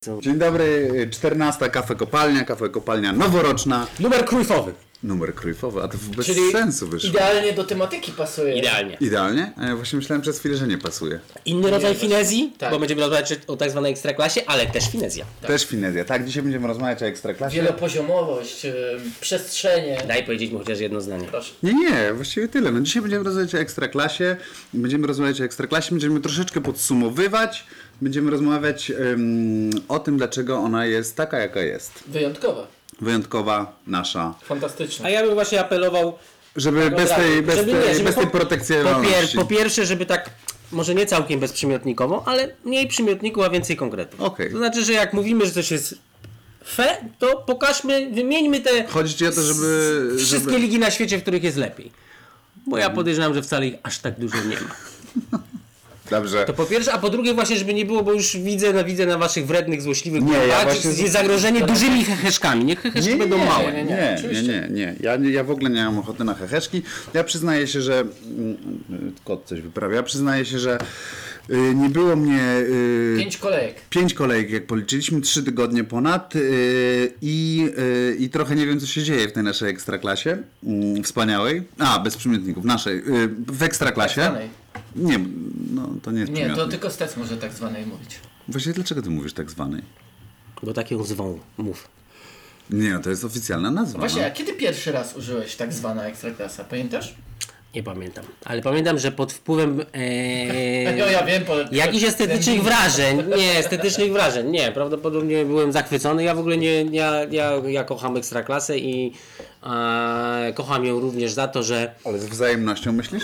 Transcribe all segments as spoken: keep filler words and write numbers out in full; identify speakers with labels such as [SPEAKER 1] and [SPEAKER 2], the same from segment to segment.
[SPEAKER 1] Dzień dobry, czternasta Kafe Kopalnia, Kafe Kopalnia noworoczna.
[SPEAKER 2] Numer krójfowy.
[SPEAKER 1] Numer krójfowy, a to bez
[SPEAKER 3] Czyli
[SPEAKER 1] sensu wyszło.
[SPEAKER 3] Idealnie do tematyki pasuje.
[SPEAKER 2] Idealnie.
[SPEAKER 1] Idealnie? A ja właśnie myślałem przez chwilę, że nie pasuje.
[SPEAKER 2] Inny rodzaj
[SPEAKER 3] właśnie-
[SPEAKER 2] finezji,
[SPEAKER 3] tak.
[SPEAKER 2] bo będziemy rozmawiać o tak zwanej ekstraklasie, ale też finezja.
[SPEAKER 1] Też finezja. Tak, dzisiaj będziemy rozmawiać o Ekstraklasie.
[SPEAKER 3] Wielopoziomowość, y, przestrzenie.
[SPEAKER 2] Daj powiedzieć mi chociaż jedno zdanie.
[SPEAKER 3] Proszę.
[SPEAKER 1] Nie, nie, właściwie tyle. No dzisiaj będziemy rozmawiać o Ekstraklasie. Będziemy rozmawiać o Ekstraklasie, będziemy troszeczkę podsumowywać. Będziemy rozmawiać ym, o tym, dlaczego ona jest taka, jaka jest.
[SPEAKER 3] Wyjątkowa.
[SPEAKER 1] Wyjątkowa, nasza.
[SPEAKER 3] Fantastyczna.
[SPEAKER 2] A ja bym właśnie apelował,
[SPEAKER 1] Żeby
[SPEAKER 2] Tak,
[SPEAKER 1] bez
[SPEAKER 2] od razu.
[SPEAKER 1] tej, bez
[SPEAKER 2] Żeby nie,
[SPEAKER 1] tej,
[SPEAKER 2] żeby
[SPEAKER 1] bez tej
[SPEAKER 2] po- po, pier,
[SPEAKER 1] protekcjonalności.
[SPEAKER 2] po pierwsze, żeby tak, może nie całkiem bezprzymiotnikowo, ale mniej przymiotników, a więcej konkretów.
[SPEAKER 1] Okej.
[SPEAKER 2] To znaczy, że jak mówimy, że coś jest fe, to pokażmy, wymieńmy te
[SPEAKER 1] Chodzi ci o to, żeby...
[SPEAKER 2] wszystkie
[SPEAKER 1] żeby...
[SPEAKER 2] ligi na świecie, w których jest lepiej. Bo ja podejrzewam, że wcale ich aż tak dużo nie ma.
[SPEAKER 1] Dobrze.
[SPEAKER 2] To po pierwsze, a po drugie właśnie, żeby nie było, bo już widzę, no, widzę na waszych wrednych, złośliwych
[SPEAKER 1] Nie, ja
[SPEAKER 2] głowach,
[SPEAKER 1] właśnie-
[SPEAKER 2] że jest zagrożenie dużymi heheszkami. Niech heheszki będą
[SPEAKER 1] nie,
[SPEAKER 2] małe.
[SPEAKER 1] Nie,
[SPEAKER 3] nie,
[SPEAKER 1] nie, nie,
[SPEAKER 3] oczywiście.
[SPEAKER 1] nie, nie. Ja, ja w ogóle nie mam ochoty na heheszki. Ja przyznaję się, że... mm, Kot coś wyprawia. Ja przyznaję się, że y, nie było mnie... Y,
[SPEAKER 3] Pięć kolejek.
[SPEAKER 1] Pięć kolejek, jak policzyliśmy, trzy tygodnie ponad y, i, y, i trochę nie wiem, co się dzieje w tej naszej ekstraklasie y, wspaniałej. A, bez przymiotników, naszej. Y, w ekstraklasie.
[SPEAKER 3] Tak zwanej.
[SPEAKER 1] Nie, no to nie jest
[SPEAKER 3] Nie, to
[SPEAKER 1] przymiotnik.
[SPEAKER 3] tylko Stec może tak zwanej mówić.
[SPEAKER 1] Właściwie dlaczego ty mówisz tak zwanej?
[SPEAKER 2] Bo tak ją zwą, mów.
[SPEAKER 1] Nie, no to jest oficjalna nazwa.
[SPEAKER 3] Właśnie,
[SPEAKER 1] no.
[SPEAKER 3] a kiedy pierwszy raz użyłeś tak zwana ekstraklasa? Pamiętasz?
[SPEAKER 2] Nie pamiętam. Ale pamiętam, że pod wpływem e,
[SPEAKER 3] No ja wiem, po...
[SPEAKER 2] jakichś estetycznych wrażeń, nie, estetycznych wrażeń, nie, prawdopodobnie byłem zachwycony. Ja w ogóle nie, ja, ja, ja kocham ekstraklasę i e, kocham ją również za to, że
[SPEAKER 1] Ale z wzajemnością myślisz?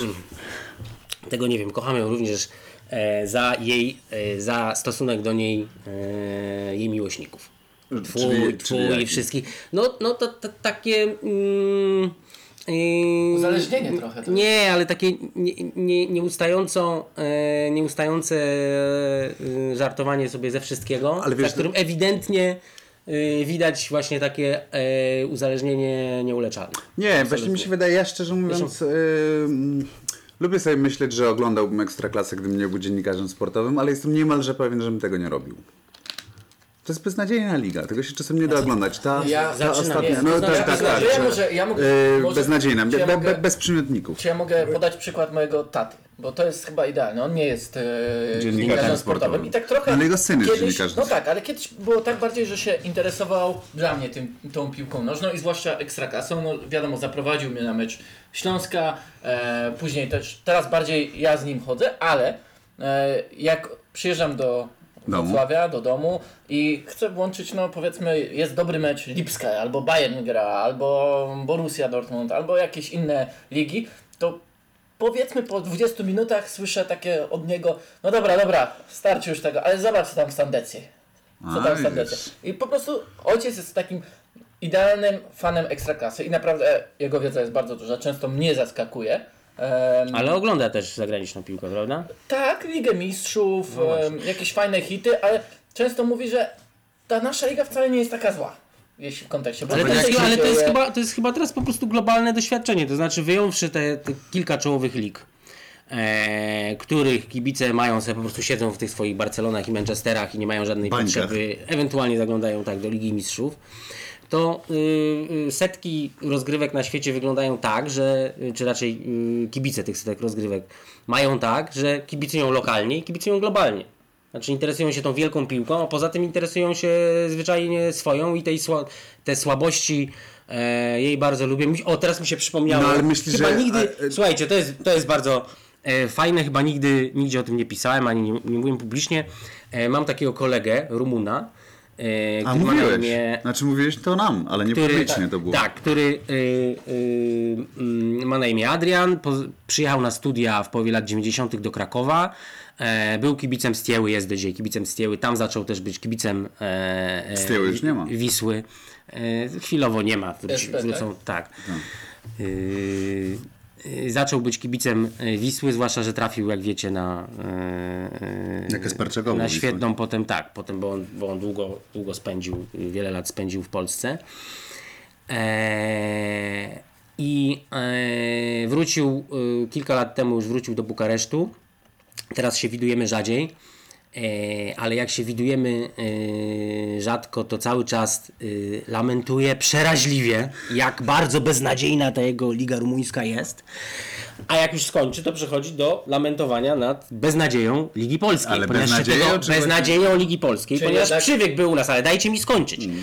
[SPEAKER 2] tego nie wiem, kocham ją również e, za jej, e, za stosunek do niej e, jej miłośników. Twój,
[SPEAKER 1] Czyli-
[SPEAKER 2] twój
[SPEAKER 1] czyli
[SPEAKER 2] i
[SPEAKER 1] jaki?
[SPEAKER 2] wszystkich. No, no to, to takie... Mm, yy,
[SPEAKER 3] Uzależnienie trochę. To
[SPEAKER 2] nie, ale takie nie, nie, nieustająco, e, nieustające e, żartowanie sobie ze wszystkiego,
[SPEAKER 1] Ale wiesz,
[SPEAKER 2] za którym ewidentnie e, widać właśnie takie e, uzależnienie nieuleczalne.
[SPEAKER 1] Nie, właśnie mi się wydaje, ja szczerze mówiąc, yy, lubię sobie myśleć, że oglądałbym Ekstraklasę, gdybym nie był dziennikarzem sportowym, ale jestem niemalże pewien, żebym tego nie robił. To jest beznadziejna liga, tego się czasem nie da oglądać. Ta,
[SPEAKER 3] Ja
[SPEAKER 1] ta
[SPEAKER 2] zaczynam,
[SPEAKER 1] ostatnia,
[SPEAKER 2] jest.
[SPEAKER 1] no
[SPEAKER 2] To
[SPEAKER 1] tak,
[SPEAKER 2] znaczy,
[SPEAKER 1] tak,
[SPEAKER 2] to
[SPEAKER 1] tak.
[SPEAKER 3] znaczy, ja
[SPEAKER 1] że-
[SPEAKER 3] może- ja mogę-
[SPEAKER 1] yy,
[SPEAKER 3] może-
[SPEAKER 1] beznadziejna,
[SPEAKER 3] czy
[SPEAKER 1] be,
[SPEAKER 3] ja
[SPEAKER 1] be,
[SPEAKER 3] mogę-
[SPEAKER 1] bez przymiotników.
[SPEAKER 3] Czy ja mogę podać przykład mojego taty? Bo to jest chyba idealne. On nie jest e,
[SPEAKER 1] Dziennikarzem sportowym.
[SPEAKER 3] sportowym. I tak trochę.
[SPEAKER 1] Ale jego syn jest
[SPEAKER 3] kiedyś,
[SPEAKER 1] dziennikarzem.
[SPEAKER 3] No tak, ale kiedyś było tak bardziej, że się interesował dla mnie tym, tą piłką nożną i zwłaszcza ekstraklasą. No wiadomo, zaprowadził mnie na mecz Śląska. E, później też, teraz bardziej ja z nim chodzę, ale e, jak przyjeżdżam do
[SPEAKER 1] Domu.
[SPEAKER 3] Wrocławia, do domu i chcę włączyć, no powiedzmy, jest dobry mecz Lipska, albo Bayern gra, albo Borussia Dortmund, albo jakieś inne ligi, to powiedzmy po dwudziestu minutach słyszę takie od niego, no dobra, dobra, starczy już tego, ale zobacz co tam w Sandecji. Co
[SPEAKER 1] A,
[SPEAKER 3] tam w Sandecji.
[SPEAKER 1] widzisz.
[SPEAKER 3] I po prostu ojciec jest takim idealnym fanem Ekstraklasy i naprawdę jego wiedza jest bardzo duża, często mnie zaskakuje. Em,
[SPEAKER 2] Ale ogląda też zagraniczną piłkę, prawda?
[SPEAKER 3] tak, Ligę Mistrzów,
[SPEAKER 2] No
[SPEAKER 3] em, jakieś fajne hity, ale często mówi, że ta nasza liga wcale nie jest taka zła, jeśli w kontekście. Bo
[SPEAKER 2] Ale, to
[SPEAKER 3] więcej
[SPEAKER 2] jest,
[SPEAKER 3] się
[SPEAKER 2] ale to, jest
[SPEAKER 3] dzieje.
[SPEAKER 2] chyba, to jest chyba teraz po prostu globalne doświadczenie, to znaczy wyjąwszy te, te kilka czołowych lig, e, których kibice mają sobie po prostu siedzą w tych swoich Barcelonach i Manchesterach i nie mają żadnej
[SPEAKER 1] Bańkach.
[SPEAKER 2] potrzeby, ewentualnie zaglądają tak do Ligi Mistrzów, to y, y, setki rozgrywek na świecie wyglądają tak, że, y, czy raczej y, kibice tych setek rozgrywek mają tak, że kibicują lokalnie i kibicują globalnie. Znaczy interesują się tą wielką piłką, a poza tym interesują się zwyczajnie swoją i tej sła, te słabości e, jej bardzo lubię. Mi- O, teraz mi się przypomniało.
[SPEAKER 1] No, ale myślisz,
[SPEAKER 2] chyba
[SPEAKER 1] że-
[SPEAKER 2] nigdy,
[SPEAKER 1] a- e-
[SPEAKER 2] słuchajcie, to jest, to jest bardzo e, fajne, chyba nigdy nigdzie o tym nie pisałem, ani nie, nie mówiłem publicznie. E, mam takiego kolegę, Rumuna, e,
[SPEAKER 1] A
[SPEAKER 2] który ma na
[SPEAKER 1] mówiłeś,
[SPEAKER 2] imię...
[SPEAKER 1] znaczy mówiłeś to nam, ale nie
[SPEAKER 2] Który,
[SPEAKER 1] publicznie to było.
[SPEAKER 2] Tak, który y, y, y, ma na imię Adrian, po, przyjechał na studia w połowie lat dziewięćdziesiątych do Krakowa, e, był kibicem Stieły, jest do dzisiaj kibicem Stieły, tam zaczął też być kibicem e, e,
[SPEAKER 1] Stieły już nie ma.
[SPEAKER 2] Wisły. E, chwilowo nie ma, wróci,
[SPEAKER 3] S P,
[SPEAKER 2] wrócą, tak. Y, y, zaczął być kibicem e, Wisły, zwłaszcza, że trafił, jak wiecie, na, e,
[SPEAKER 1] Na Kasperczakową
[SPEAKER 2] na
[SPEAKER 1] Wisłę.
[SPEAKER 2] świetną potem, tak, potem, bo on, bo on długo, długo spędził, wiele lat spędził w Polsce. Eee, I e, wrócił e, kilka lat temu, już wrócił do Bukaresztu. Teraz się widujemy rzadziej. ale jak się widujemy rzadko, to cały czas lamentuje przeraźliwie, jak bardzo beznadziejna ta jego liga rumuńska jest. A jak już skończy, to przechodzi do lamentowania nad beznadzieją Ligi Polskiej.
[SPEAKER 1] Ale
[SPEAKER 2] ponieważ
[SPEAKER 1] beznadzieją,
[SPEAKER 2] tego,
[SPEAKER 1] czy
[SPEAKER 2] beznadzieją właśnie... Ligi Polskiej,
[SPEAKER 3] Czyli
[SPEAKER 2] ponieważ
[SPEAKER 3] jednak...
[SPEAKER 2] przywiek był u nas, ale dajcie mi skończyć. Mm.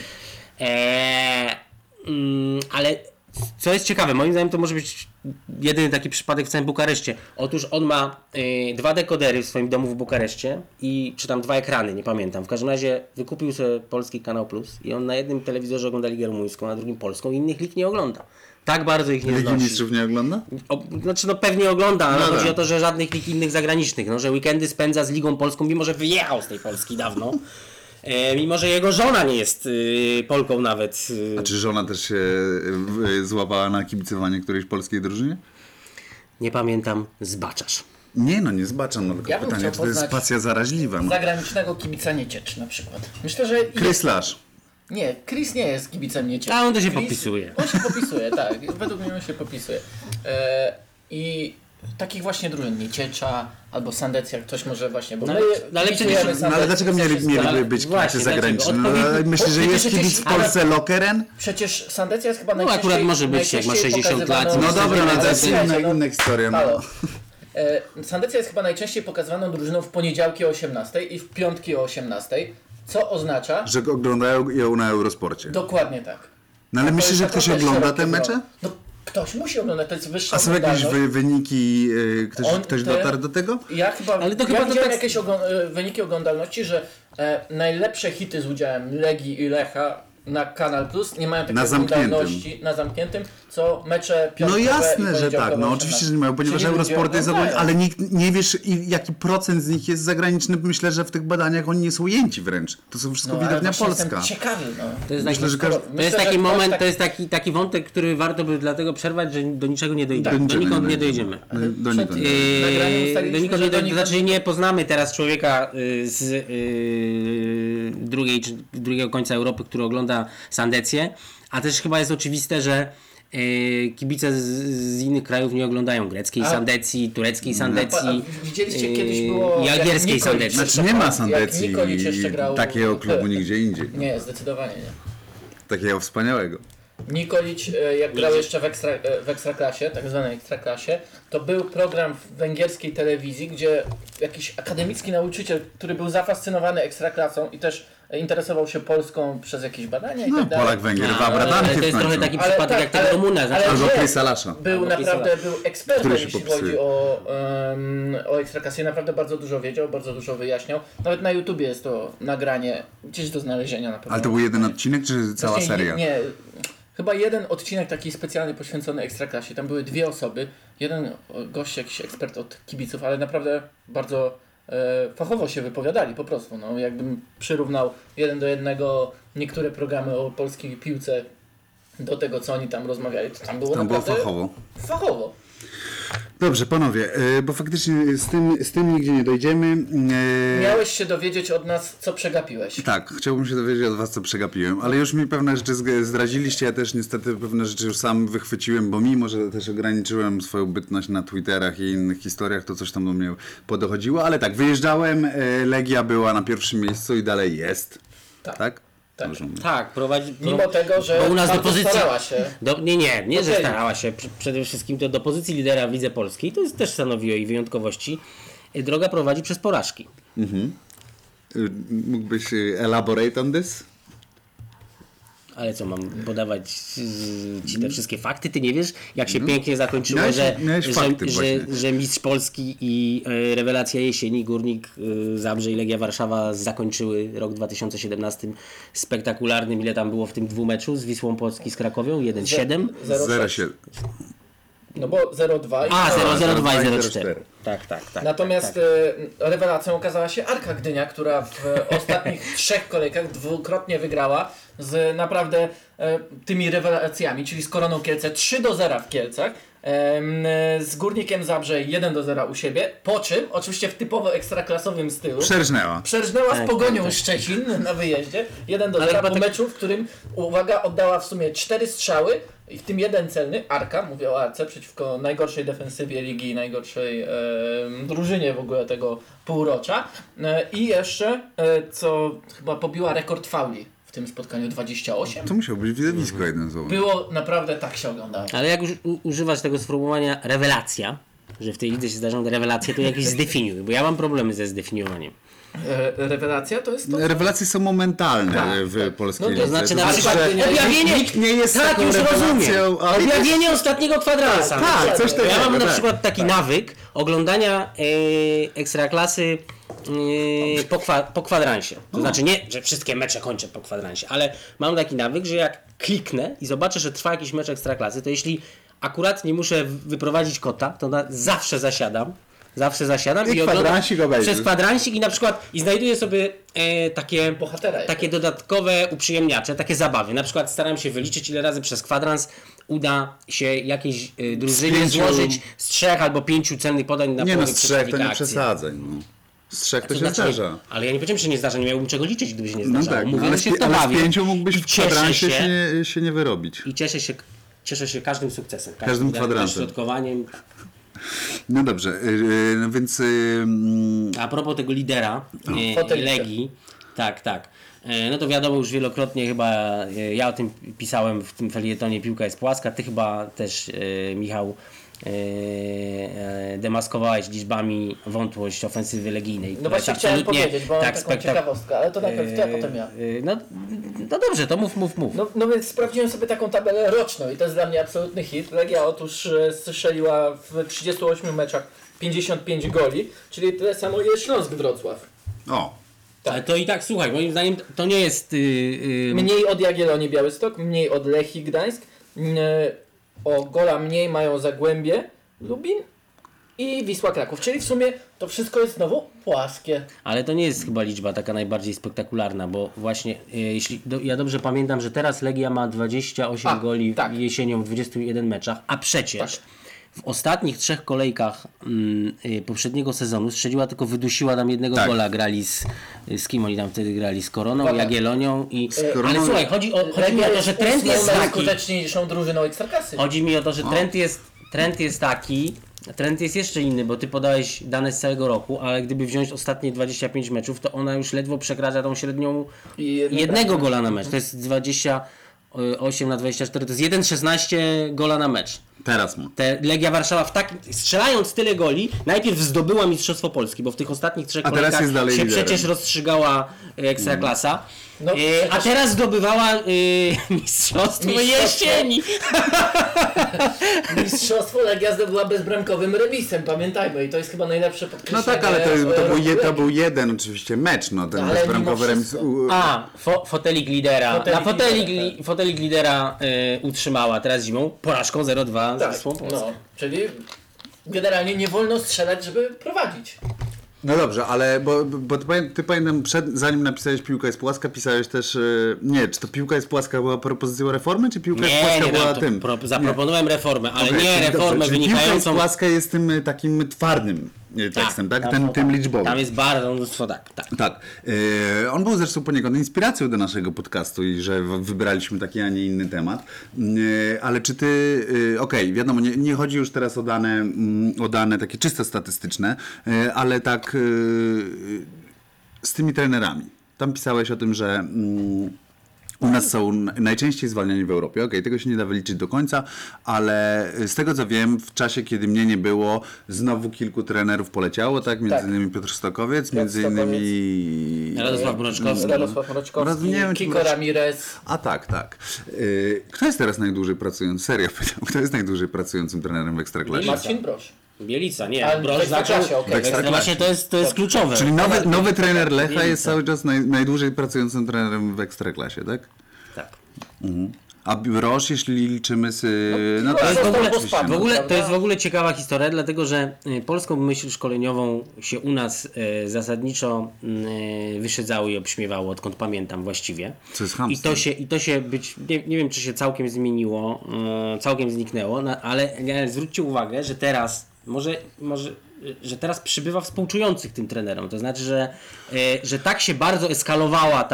[SPEAKER 2] Eee, mm, ale co jest ciekawe, moim zdaniem to może być jedyny taki przypadek w całym Bukareszcie. Otóż on ma y, dwa dekodery w swoim domu w Bukareszcie i czy tam dwa ekrany, nie pamiętam. W każdym razie wykupił sobie polski Kanał Plus i on na jednym telewizorze ogląda Ligę Rumuńską, na drugim polską i innych lig nie ogląda. Tak bardzo ich nie
[SPEAKER 1] Ligi
[SPEAKER 2] znosi.
[SPEAKER 1] Mistrzów nie ogląda?
[SPEAKER 2] O, znaczy no pewnie ogląda, ale
[SPEAKER 1] No
[SPEAKER 2] chodzi
[SPEAKER 1] tak.
[SPEAKER 2] o to, że żadnych lig innych zagranicznych, no, że weekendy spędza z Ligą Polską, mimo że wyjechał z tej Polski dawno. E, mimo że jego żona nie jest y, Polką nawet. Y.
[SPEAKER 1] A czy żona też się y, złapała na kibicowanie którejś polskiej drużynie?
[SPEAKER 2] Nie pamiętam, zbaczasz.
[SPEAKER 1] Nie no, nie zbaczam, no tylko
[SPEAKER 3] Ja bym
[SPEAKER 1] pytanie,
[SPEAKER 3] chciał
[SPEAKER 1] czy to jest
[SPEAKER 3] poznać
[SPEAKER 1] pasja zaraźliwa. No.
[SPEAKER 3] Zagranicznego kibica Nieciecz na przykład. Myślę, że...
[SPEAKER 1] Chris Lash.
[SPEAKER 3] Nie, Chris nie jest kibicem Nieciecz.
[SPEAKER 2] A on to się
[SPEAKER 3] Chris,
[SPEAKER 2] popisuje.
[SPEAKER 3] On się popisuje, tak. Według mnie on się popisuje. E, I takich właśnie drużyn, Nieciecza albo Sandecja, ktoś może właśnie, bo
[SPEAKER 2] No
[SPEAKER 3] my
[SPEAKER 2] ale- no ale
[SPEAKER 3] kibicujemy
[SPEAKER 2] przecież-
[SPEAKER 1] No ale
[SPEAKER 3] Sandecji,
[SPEAKER 1] dlaczego mieli,
[SPEAKER 3] zawsze
[SPEAKER 1] mieliby
[SPEAKER 3] skala.
[SPEAKER 1] być kibice
[SPEAKER 2] Właśnie,
[SPEAKER 1] zagraniczni?
[SPEAKER 2] dlaczego?
[SPEAKER 1] No, ale
[SPEAKER 2] Odpowiedni-
[SPEAKER 1] myślisz, że jest
[SPEAKER 3] Przecież-
[SPEAKER 1] kibic w
[SPEAKER 3] ale-
[SPEAKER 1] Polsce Lokeren?
[SPEAKER 3] Przecież Sandecja jest chyba
[SPEAKER 2] No
[SPEAKER 3] najczęściej...
[SPEAKER 2] akurat może być, jak ma
[SPEAKER 3] najczęściej
[SPEAKER 2] sześćdziesiąt lat.
[SPEAKER 3] pokazywaną-
[SPEAKER 1] No
[SPEAKER 2] Myślę,
[SPEAKER 1] dobra,
[SPEAKER 2] że
[SPEAKER 1] no
[SPEAKER 2] ale
[SPEAKER 1] to jest
[SPEAKER 3] słuchajcie,
[SPEAKER 1] inna,
[SPEAKER 3] no.
[SPEAKER 1] inna historia. No.
[SPEAKER 3] Halo. E, Sandecja jest chyba najczęściej pokazywaną drużyną w poniedziałki o osiemnastej i w piątki o osiemnastej, co oznacza...
[SPEAKER 1] Że oglądają ją na Eurosporcie.
[SPEAKER 3] Dokładnie tak.
[SPEAKER 1] No ale
[SPEAKER 3] To
[SPEAKER 1] myślisz,
[SPEAKER 3] jest
[SPEAKER 1] że ktoś
[SPEAKER 3] naprawdę
[SPEAKER 1] ogląda
[SPEAKER 3] szerokie
[SPEAKER 1] te mecze?
[SPEAKER 3] grono. No ktoś musi oglądać, to jest wyższa
[SPEAKER 1] A są jakieś
[SPEAKER 3] oglądalność.
[SPEAKER 1] wy, wyniki, y, ktoś,
[SPEAKER 3] On
[SPEAKER 1] ktoś
[SPEAKER 3] te-
[SPEAKER 1] dotarł do tego?
[SPEAKER 3] Ja chyba,
[SPEAKER 2] Ale to
[SPEAKER 3] ja
[SPEAKER 2] chyba to
[SPEAKER 3] widziałem
[SPEAKER 2] tak-
[SPEAKER 3] jakieś oglą- e, wyniki oglądalności, że e, najlepsze hity z udziałem Legii i Lecha na Kanal Plus nie mają takiej
[SPEAKER 1] Na zamkniętym.
[SPEAKER 3] oglądalności na zamkniętym, co mecze
[SPEAKER 1] No
[SPEAKER 3] piątkowe
[SPEAKER 1] jasne,
[SPEAKER 3] i
[SPEAKER 1] że tak,
[SPEAKER 3] poniedziałkowe
[SPEAKER 1] no
[SPEAKER 3] o
[SPEAKER 1] oczywiście, że
[SPEAKER 3] osiemnastej.
[SPEAKER 1] nie mają, ponieważ
[SPEAKER 3] Czyli ludzie
[SPEAKER 1] Eurosport jest ogólnie,
[SPEAKER 3] oglądają.
[SPEAKER 1] ale nikt nie wiesz i jaki procent z nich jest zagraniczny, myślę, że w tych badaniach oni nie są ujęci wręcz. To są wszystko
[SPEAKER 3] No, ale
[SPEAKER 1] widownia
[SPEAKER 3] właśnie
[SPEAKER 1] Polska.
[SPEAKER 3] jestem ciekawy, no.
[SPEAKER 2] To jest,
[SPEAKER 1] Myślę,
[SPEAKER 2] taki,
[SPEAKER 1] że każdy-
[SPEAKER 2] to
[SPEAKER 3] Myślę,
[SPEAKER 2] jest
[SPEAKER 3] że
[SPEAKER 2] taki
[SPEAKER 3] ktoś
[SPEAKER 2] moment,
[SPEAKER 3] tak-
[SPEAKER 2] to jest taki, taki wątek, który warto by dlatego przerwać, że do niczego nie dojdziemy.
[SPEAKER 1] Do
[SPEAKER 2] Do
[SPEAKER 1] niczego
[SPEAKER 2] nikąd
[SPEAKER 1] nie
[SPEAKER 2] nie
[SPEAKER 1] dojdziemy.
[SPEAKER 2] dojdziemy.
[SPEAKER 1] Do
[SPEAKER 3] Przed-
[SPEAKER 1] nikąd.
[SPEAKER 3] Yy, nagraniem
[SPEAKER 2] Yy,
[SPEAKER 3] ustaliliśmy,
[SPEAKER 2] do nikąd
[SPEAKER 3] że
[SPEAKER 2] nie,
[SPEAKER 3] do
[SPEAKER 2] do, to
[SPEAKER 3] nikąd-
[SPEAKER 2] znaczy nie poznamy teraz człowieka y, z y, drugiej, czy drugiego końca Europy, który ogląda Sandecję, a też chyba jest oczywiste, że y, kibice z, z innych krajów nie oglądają greckiej
[SPEAKER 3] A-
[SPEAKER 2] Sandecji, tureckiej Sandecji
[SPEAKER 3] A widzieliście
[SPEAKER 2] y,
[SPEAKER 3] kiedyś było...
[SPEAKER 2] i
[SPEAKER 3] jak
[SPEAKER 2] algierskiej
[SPEAKER 3] Nikolic
[SPEAKER 2] Sandecji.
[SPEAKER 3] jeszcze
[SPEAKER 1] Znaczy nie ma
[SPEAKER 3] jak
[SPEAKER 1] Sandecji
[SPEAKER 3] Nikolic jeszcze grał...
[SPEAKER 1] takiego klubu nigdzie indziej.
[SPEAKER 3] Nie, zdecydowanie nie.
[SPEAKER 1] Takiego wspaniałego.
[SPEAKER 3] Nikolic, e, jak grał jeszcze w, ekstra, e, w Ekstraklasie, tak zwanej Ekstraklasie, to był program w węgierskiej telewizji, gdzie jakiś akademicki nauczyciel, który był zafascynowany Ekstraklasą i też e, interesował się Polską przez jakieś badania i
[SPEAKER 1] No
[SPEAKER 3] tak dalej.
[SPEAKER 1] Polak, Węgier,
[SPEAKER 2] A,
[SPEAKER 1] dwa
[SPEAKER 2] ale
[SPEAKER 1] bratanki
[SPEAKER 2] to
[SPEAKER 1] w
[SPEAKER 2] jest trochę
[SPEAKER 1] końcu.
[SPEAKER 2] taki
[SPEAKER 3] Ale
[SPEAKER 2] przypadek
[SPEAKER 3] tak,
[SPEAKER 2] jak tego
[SPEAKER 3] ale-
[SPEAKER 2] Rumuna. Znaczy,
[SPEAKER 3] ale
[SPEAKER 1] Albo
[SPEAKER 3] nie,
[SPEAKER 1] Chrisa Lasha.
[SPEAKER 3] Był
[SPEAKER 2] Albo
[SPEAKER 3] naprawdę,
[SPEAKER 2] Chrisa.
[SPEAKER 3] był ekspertem,
[SPEAKER 1] Który się
[SPEAKER 3] jeśli
[SPEAKER 1] popisuje.
[SPEAKER 3] chodzi o, um, o Ekstraklasę. Naprawdę bardzo dużo wiedział, bardzo dużo wyjaśniał. Nawet na YouTubie jest to nagranie, gdzieś do znalezienia na pewno.
[SPEAKER 1] Ale to był jeden odcinek, czy cała
[SPEAKER 3] Właśnie
[SPEAKER 1] seria?
[SPEAKER 3] Nie, nie, chyba jeden odcinek taki specjalnie poświęcony Ekstraklasie. Tam były dwie osoby. Jeden gość, jakiś ekspert od kibiców, ale naprawdę bardzo e, fachowo się wypowiadali po prostu. No, jakbym przyrównał jeden do jednego niektóre programy o polskiej piłce do tego, co oni tam rozmawiali, to tam było
[SPEAKER 1] Tam było
[SPEAKER 3] naprawdę
[SPEAKER 1] fachowo.
[SPEAKER 3] fachowo.
[SPEAKER 1] Dobrze, panowie, y, bo faktycznie z tym, z tym nigdzie nie dojdziemy. Y,
[SPEAKER 3] Miałeś się dowiedzieć od nas, co przegapiłeś.
[SPEAKER 1] Tak, chciałbym się dowiedzieć od was, co przegapiłem, ale już mi pewne rzeczy zg- zdradziliście, ja też niestety pewne rzeczy już sam wychwyciłem, bo mimo, że też ograniczyłem swoją bytność na Twitterach i innych historiach, to coś tam do mnie podochodziło, ale tak, wyjeżdżałem, y, Legia była na pierwszym miejscu i dalej jest,
[SPEAKER 3] Tak.
[SPEAKER 1] tak?
[SPEAKER 3] Tak.
[SPEAKER 1] Dobrze mówię.
[SPEAKER 2] Tak, prowadzi.
[SPEAKER 3] Mimo
[SPEAKER 2] pro-
[SPEAKER 3] tego, że
[SPEAKER 2] bo u nas do
[SPEAKER 3] bardzo
[SPEAKER 2] pozycji.
[SPEAKER 3] starała się.
[SPEAKER 2] Do, nie, nie, nie, że
[SPEAKER 3] Okej.
[SPEAKER 2] starała się. Pr- Przede wszystkim to do pozycji lidera w lidze polskiej, to jest też stanowi o jej wyjątkowości. y, Droga prowadzi przez porażki.
[SPEAKER 1] Y, Mógłbyś y, elaborate on this?
[SPEAKER 2] Ale co, mam podawać y, ci te wszystkie fakty? Ty nie wiesz, jak się pięknie zakończyło,
[SPEAKER 1] Miałeś-
[SPEAKER 2] że,
[SPEAKER 1] miałeś
[SPEAKER 2] że,
[SPEAKER 1] fakty
[SPEAKER 2] że,
[SPEAKER 1] właśnie.
[SPEAKER 2] że mistrz Polski i y, rewelacja jesieni, Górnik y, Zabrze i Legia Warszawa zakończyły rok dwa tysiące siedemnasty spektakularnym. Ile tam było w tym dwumeczu z Wisłą Płocki z Krakowią? jeden siedem?
[SPEAKER 3] zero
[SPEAKER 1] zero
[SPEAKER 3] sześć.
[SPEAKER 1] siedem.
[SPEAKER 3] No bo zero przecinek dwa.
[SPEAKER 2] A, zero zero dwa i
[SPEAKER 1] zero
[SPEAKER 2] zero
[SPEAKER 1] cztery.
[SPEAKER 2] cztery. Tak, tak, tak.
[SPEAKER 3] Natomiast
[SPEAKER 2] tak,
[SPEAKER 3] e, rewelacją okazała się Arka Gdynia, która w ostatnich trzech kolejkach dwukrotnie wygrała z naprawdę e, tymi rewelacjami, czyli z Koroną Kielce trzy do zera w Kielcach, em, z Górnikiem Zabrze jeden do zera u siebie, po czym oczywiście w typowo ekstraklasowym stylu
[SPEAKER 1] Przerżnęła.
[SPEAKER 3] przerżnęła
[SPEAKER 2] Tak,
[SPEAKER 3] z Pogonią
[SPEAKER 2] tak, tak.
[SPEAKER 3] Szczecin na wyjeździe jeden do
[SPEAKER 2] Ale
[SPEAKER 3] zera
[SPEAKER 2] chyba
[SPEAKER 3] po
[SPEAKER 2] tak-
[SPEAKER 3] meczu, w którym, uwaga, oddała w sumie cztery strzały I w tym jeden celny, Arka, mówię o Arce, przeciwko najgorszej defensywie ligi, najgorszej e, drużynie w ogóle tego półrocza. E, I jeszcze, e, co chyba pobiła rekord fauli w tym spotkaniu, dwadzieścia osiem.
[SPEAKER 1] To musiał być widowisko jeden słowo.
[SPEAKER 3] Było naprawdę tak się oglądało.
[SPEAKER 2] Ale jak już u- używasz tego sformułowania rewelacja, że w tej lidze się zdarzają te rewelacje, to jakieś zdefiniuj, bo ja mam problemy ze zdefiniowaniem.
[SPEAKER 3] E, rewelacja to jest to,
[SPEAKER 1] Rewelacje są momentalne
[SPEAKER 3] Tak,
[SPEAKER 1] w
[SPEAKER 3] tak.
[SPEAKER 1] polskiej
[SPEAKER 3] No to
[SPEAKER 1] lidze.
[SPEAKER 2] znaczy na
[SPEAKER 1] znaczy,
[SPEAKER 2] przykład
[SPEAKER 1] że
[SPEAKER 2] objawienie,
[SPEAKER 1] nikt nie jest
[SPEAKER 2] tak,
[SPEAKER 1] taką
[SPEAKER 2] już rozumiem.
[SPEAKER 1] rewelacją, ale
[SPEAKER 2] Objawienie ostatniego kwadransa.
[SPEAKER 1] Tak, tak, coś takiego.
[SPEAKER 2] Ja mam na
[SPEAKER 1] tak.
[SPEAKER 2] przykład taki nawyk oglądania e, ekstraklasy e, po, kwa, po kwadransie. To znaczy nie, że wszystkie mecze kończę po kwadransie, ale mam taki nawyk, że jak kliknę i zobaczę, że trwa jakiś mecz ekstraklasy, to jeśli akurat nie muszę wyprowadzić kota, to na, zawsze zasiadam. Zawsze zasiadam
[SPEAKER 1] I
[SPEAKER 2] i, oglądam
[SPEAKER 1] kwadransik obejrzysz.
[SPEAKER 2] przez kwadransik i na przykład i znajduję sobie e, takie,
[SPEAKER 3] Bohatera
[SPEAKER 2] takie dodatkowe uprzyjemniacze, takie zabawy. Na przykład staram się wyliczyć, ile razy przez kwadrans uda się jakiejś e, drużynie
[SPEAKER 1] pięciu-
[SPEAKER 2] złożyć z trzech albo pięciu celnych podań na
[SPEAKER 1] Nie no,
[SPEAKER 2] połowie
[SPEAKER 1] z trzech to
[SPEAKER 2] przeciwnika
[SPEAKER 1] nie
[SPEAKER 2] akcji.
[SPEAKER 1] przesadzaj. No. Z trzech to,
[SPEAKER 2] To
[SPEAKER 1] się
[SPEAKER 2] znaczy,
[SPEAKER 1] zdarza.
[SPEAKER 2] ale ja nie powiedziałem, że się nie zdarza, nie miałbym czego liczyć, gdyby się nie
[SPEAKER 1] No
[SPEAKER 2] zdarzało.
[SPEAKER 1] tak,
[SPEAKER 2] Mówię,
[SPEAKER 1] ale,
[SPEAKER 2] że się
[SPEAKER 1] z,
[SPEAKER 2] w to
[SPEAKER 1] ale z
[SPEAKER 2] bawię
[SPEAKER 1] pięciu mógłbyś
[SPEAKER 2] i
[SPEAKER 1] w
[SPEAKER 2] cieszę
[SPEAKER 1] kwadransie
[SPEAKER 2] się,
[SPEAKER 1] się nie, się nie wyrobić.
[SPEAKER 2] i cieszę się, cieszę się każdym sukcesem.
[SPEAKER 1] Każdym kwadransem.
[SPEAKER 2] Środkowaniem.
[SPEAKER 1] No dobrze, yy, no więc... Yy,
[SPEAKER 2] A propos tego lidera e,
[SPEAKER 3] Fotelice.
[SPEAKER 2] Legii, tak, tak. E, No to wiadomo już wielokrotnie chyba, e, ja o tym pisałem w tym felietonie Piłka jest płaska, ty chyba też e, Michał e, e, demaskowałeś liczbami wątłość ofensywy legijnej.
[SPEAKER 3] No
[SPEAKER 2] która
[SPEAKER 3] właśnie
[SPEAKER 2] jest
[SPEAKER 3] chciałem
[SPEAKER 2] absolutnie
[SPEAKER 3] powiedzieć, bo mam taką
[SPEAKER 2] spektak-
[SPEAKER 3] ciekawostkę, ale to najpierw ty, a potem ja.
[SPEAKER 2] E, No, no dobrze, to mów, mów, mów.
[SPEAKER 3] No, no więc sprawdziłem sobie taką tabelę roczną i to jest dla mnie absolutny hit. Legia otóż e, strzeliła w trzydziestu ośmiu meczach pięćdziesiąt pięć goli, czyli tyle samo ile Śląsk Wrocław.
[SPEAKER 1] o,
[SPEAKER 2] Ale to i tak, słuchaj, moim zdaniem to nie jest... Yy, yy,
[SPEAKER 3] Mniej od Jagiellonii Białystok, mniej od Lechii Gdańsk, e, o gola mniej mają Zagłębie, Lubin i Wisła Kraków. Czyli w sumie to wszystko jest znowu płaskie.
[SPEAKER 2] Ale to nie jest chyba liczba taka najbardziej spektakularna, bo właśnie e, jeśli do, ja dobrze pamiętam, że teraz Legia ma dwadzieścia osiem
[SPEAKER 3] A,
[SPEAKER 2] goli
[SPEAKER 3] tak.
[SPEAKER 2] jesienią w dwudziestu jeden meczach, a przecież w ostatnich trzech kolejkach mm, y, poprzedniego sezonu strzeliła, tylko wydusiła tam jednego
[SPEAKER 1] Tak.
[SPEAKER 2] gola, grali z, z kim oni tam wtedy grali, z Koroną,
[SPEAKER 3] Dobra.
[SPEAKER 2] Jagiellonią i...
[SPEAKER 1] Koroną-
[SPEAKER 2] Ale słuchaj, chodzi, o, chodzi mi o to, że trend jest taki...
[SPEAKER 3] najskuteczniejszą drużyną Ekstraklasy.
[SPEAKER 2] Chodzi mi o to, że trend jest, trend jest taki, trend jest jeszcze inny, bo ty podałeś dane z całego roku, ale gdyby wziąć ostatnie dwadzieścia pięć meczów, to ona już ledwo przekracza tą średnią
[SPEAKER 3] I jedno
[SPEAKER 2] jednego
[SPEAKER 3] bramki.
[SPEAKER 2] gola na mecz. To jest dwadzieścia osiem na dwadzieścia cztery, to jest jeden przecinek szesnaście gola na mecz.
[SPEAKER 1] teraz mu.
[SPEAKER 2] Te Legia Warszawa w takim, strzelając tyle goli, najpierw zdobyła Mistrzostwo Polski, bo w tych ostatnich trzech
[SPEAKER 1] A teraz
[SPEAKER 2] kolejkach
[SPEAKER 1] jest dalej
[SPEAKER 2] się
[SPEAKER 1] liderem.
[SPEAKER 2] przecież rozstrzygała e, Ekstraklasa.
[SPEAKER 3] No,
[SPEAKER 2] E, a
[SPEAKER 3] przecież-
[SPEAKER 2] teraz zdobywała e, Mistrzostwo
[SPEAKER 3] Mistrzostwo-
[SPEAKER 2] Jesieni.
[SPEAKER 3] Mistrzostwo Legia zdobyła bezbramkowym remisem, pamiętajmy, i to jest chyba najlepsze
[SPEAKER 1] No
[SPEAKER 3] podkreślenie.
[SPEAKER 1] tak, ale to, to,
[SPEAKER 3] e,
[SPEAKER 1] był, je,
[SPEAKER 3] roku
[SPEAKER 1] to
[SPEAKER 3] Legii.
[SPEAKER 1] był jeden oczywiście mecz, no ten
[SPEAKER 3] Ale
[SPEAKER 1] bezbramkowy
[SPEAKER 3] mimo
[SPEAKER 1] remis.
[SPEAKER 3] wszystko.
[SPEAKER 1] u-
[SPEAKER 2] A, fo, fotelik lidera.
[SPEAKER 3] Fotelik
[SPEAKER 2] Na fotelik,
[SPEAKER 3] lidera,
[SPEAKER 2] li, fotelik lidera y, utrzymała teraz zimą porażką zero dwa
[SPEAKER 3] Tak,
[SPEAKER 2] ze Wisłą
[SPEAKER 3] no, czyli generalnie nie wolno strzelać, żeby prowadzić.
[SPEAKER 1] No dobrze, ale bo, bo ty, pamię- ty pamiętam, przed, zanim napisałeś Piłka jest płaska, pisałeś też, yy, nie, czy to Piłka jest płaska była propozycją reformy, czy Piłka jest
[SPEAKER 2] Nie,
[SPEAKER 1] płaska
[SPEAKER 2] nie,
[SPEAKER 1] była
[SPEAKER 2] no, to
[SPEAKER 1] tym?
[SPEAKER 2] pro, zaproponowałem reformę, ale
[SPEAKER 1] Okej,
[SPEAKER 2] nie
[SPEAKER 1] czyli
[SPEAKER 2] reformę
[SPEAKER 1] dobrze, czyli Piłka jest
[SPEAKER 2] wynikającą...
[SPEAKER 1] płaska jest tym y, takim twardym y, tekstem, tak?
[SPEAKER 2] tam
[SPEAKER 1] Ten,
[SPEAKER 2] są-
[SPEAKER 1] tym
[SPEAKER 2] tam-
[SPEAKER 1] liczbowym.
[SPEAKER 2] Tam jest bardzo mnóstwo, tak, tak.
[SPEAKER 1] Tak. Yy, on był zresztą poniekąd inspiracją do naszego podcastu i że w- wybraliśmy taki, a nie inny temat. Yy, ale czy ty, yy, okej, wiadomo, nie, nie chodzi już teraz o dane, mm, o dane takie czysto statystyczne, yy, ale tak yy, z tymi trenerami. Tam pisałeś o tym, że mm, u nas są n- najczęściej zwalniani w Europie. Okej, tego się nie da wyliczyć do końca, ale z tego co wiem, w czasie, kiedy mnie nie było, znowu kilku trenerów poleciało, tak? Między
[SPEAKER 3] Tak.
[SPEAKER 1] innymi Piotr Stokowiec,
[SPEAKER 3] Piotr
[SPEAKER 1] między innymi...
[SPEAKER 2] Radosław Mroczkowski.
[SPEAKER 3] Radosław
[SPEAKER 1] Oraz
[SPEAKER 3] Mroczkowski,
[SPEAKER 1] nie wiem, czy
[SPEAKER 3] Kiko
[SPEAKER 1] Mrocz-
[SPEAKER 3] Ramirez.
[SPEAKER 1] A tak, tak. Yy, kto jest teraz najdłużej pracujący? Serio pytam, kto jest najdłużej pracującym trenerem w Ekstraklasie?
[SPEAKER 3] Marcin Brosz.
[SPEAKER 2] Bielica, nie,
[SPEAKER 3] Ale w
[SPEAKER 2] Broż zaczął...
[SPEAKER 3] Ekstraklasie, okej.
[SPEAKER 2] w Ekstraklasie to jest, to jest kluczowe.
[SPEAKER 1] Czyli nowy, nowy trener Lecha
[SPEAKER 2] Bielica.
[SPEAKER 1] jest cały czas naj, najdłużej pracującym trenerem w Ekstraklasie, tak?
[SPEAKER 2] Tak.
[SPEAKER 1] A Brosz, jeśli liczymy z... No,
[SPEAKER 3] no,
[SPEAKER 1] tak,
[SPEAKER 2] To jest w ogóle,
[SPEAKER 1] oczywiście,
[SPEAKER 3] Pan,
[SPEAKER 2] w ogóle, to
[SPEAKER 3] prawda?
[SPEAKER 2] jest w ogóle ciekawa historia, dlatego że y, polską myśl szkoleniową się u nas y, zasadniczo y, wyszedzało i obśmiewało, odkąd pamiętam właściwie.
[SPEAKER 1] Co jest
[SPEAKER 2] I
[SPEAKER 1] chamstwo.
[SPEAKER 2] to się, i to się być, nie, nie wiem czy się całkiem zmieniło, y, całkiem zniknęło, no, ale nie, zwróćcie uwagę, że teraz, może, może y, że teraz przybywa współczujących tym trenerom. To znaczy, że, y, że tak się bardzo eskalowała ta